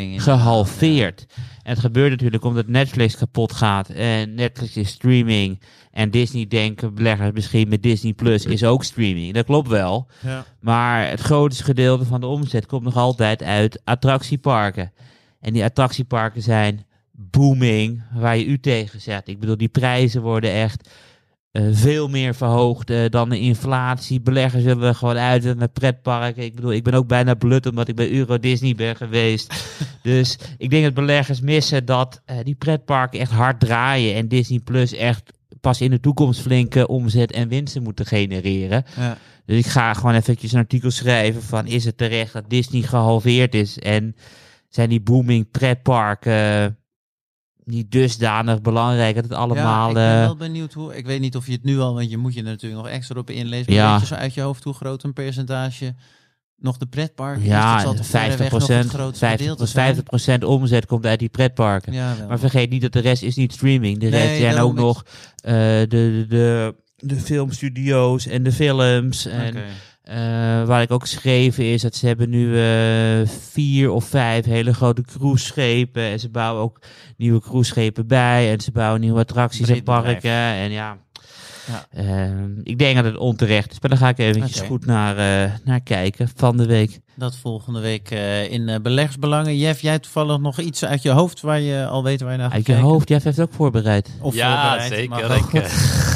gehalveerd. En het gebeurt natuurlijk omdat Netflix kapot gaat. En Netflix is streaming. En Disney denken beleggers misschien met Disney Plus is ook streaming. Dat klopt wel. Ja. Maar het grootste gedeelte van de omzet komt nog altijd uit attractieparken. En die attractieparken zijn booming, waar je u tegen zet. Ik bedoel, die prijzen worden echt uh, veel meer verhoogd uh, dan de inflatie. Beleggers willen er gewoon uit naar pretparken. Ik bedoel, ik ben ook bijna blut omdat ik bij Euro Disney ben geweest. Dus ik denk dat beleggers missen dat uh, die pretparken echt hard draaien en Disney Plus echt pas in de toekomst flinke omzet en winsten moeten genereren. Ja. Dus ik ga gewoon eventjes een artikel schrijven van, is het terecht dat Disney gehalveerd is en zijn die booming pretparken niet dusdanig belangrijk dat het allemaal... Ja, ik ben uh, wel benieuwd hoe... Ik weet niet of je het nu al... Want je moet je er natuurlijk nog extra op inlezen. Maar Ja. weet je zo uit je hoofd hoe groot een percentage nog de pretparken is? ja, Dat zal toch vijftig verreweg nog het procent, grootste gedeelte zijn? vijftig procent omzet komt uit die pretparken. Ja, wel. Maar vergeet niet dat de rest is niet streaming. De rest Nee, zijn daarom ook is- nog uh, de, de, de, de filmstudio's en de films. En Oké. Uh, waar ik ook geschreven is dat ze hebben nu uh, vier of vijf hele grote cruiseschepen. En ze bouwen ook nieuwe cruiseschepen bij. En ze bouwen nieuwe attracties Breed en parken. bedrijf. En ja, Ja. uh, ik denk dat het onterecht is. Maar daar ga ik eventjes Oké. goed naar, uh, naar kijken van de week. Dat volgende week uh, in uh, beleggersbelangen. Jeff, jij toevallig nog iets uit je hoofd waar je al weet waar je naar gaat Uit je kijken? hoofd, Jeff heeft ook voorbereid. Of ja, voorbereid, zeker. mag ook. Ik, uh,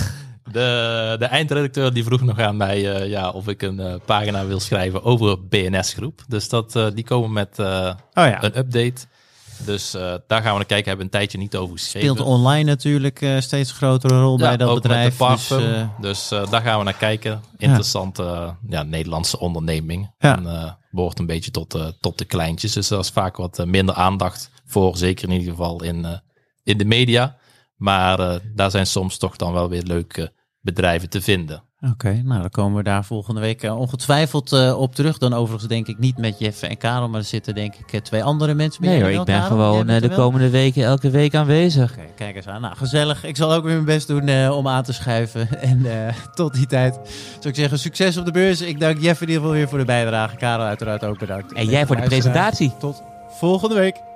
de, de eindredacteur die vroeg nog aan mij uh, ja, of ik een uh, pagina wil schrijven over B N S Groep. Dus dat, uh, die komen met uh, Oh ja. een update. Dus uh, daar gaan we naar kijken. Hebben we een tijdje niet over geschreven. Speelt online natuurlijk uh, steeds grotere rol Ja, bij dat ook bedrijf. met de parfum. Dus, uh, Dus, uh, daar gaan we naar kijken. Interessante uh, ja, Nederlandse onderneming. Ja. En uh, behoort een beetje tot, uh, tot de kleintjes. Dus daar is vaak wat uh, minder aandacht voor. Zeker in ieder geval in, uh, in de media. Maar uh, daar zijn soms toch dan wel weer leuke bedrijven te vinden. Oké, okay, nou dan komen we daar volgende week uh, ongetwijfeld uh, op terug. Dan overigens denk ik niet met Jeff en Karel, maar er zitten denk ik uh, twee andere mensen bij. Nee hoor, Jij ik wel, ben Karel? Jij gewoon bent uh, er de wel? komende weken elke week aanwezig. Oké, okay, kijk eens aan. Nou, gezellig. Ik zal ook weer mijn best doen uh, om aan te schuiven. En uh, tot die tijd zou ik zeggen, succes op de beurs. Ik dank Jeff in ieder geval weer voor de bijdrage. Karel uiteraard ook bedankt. En jij voor de presentatie. Tot volgende week.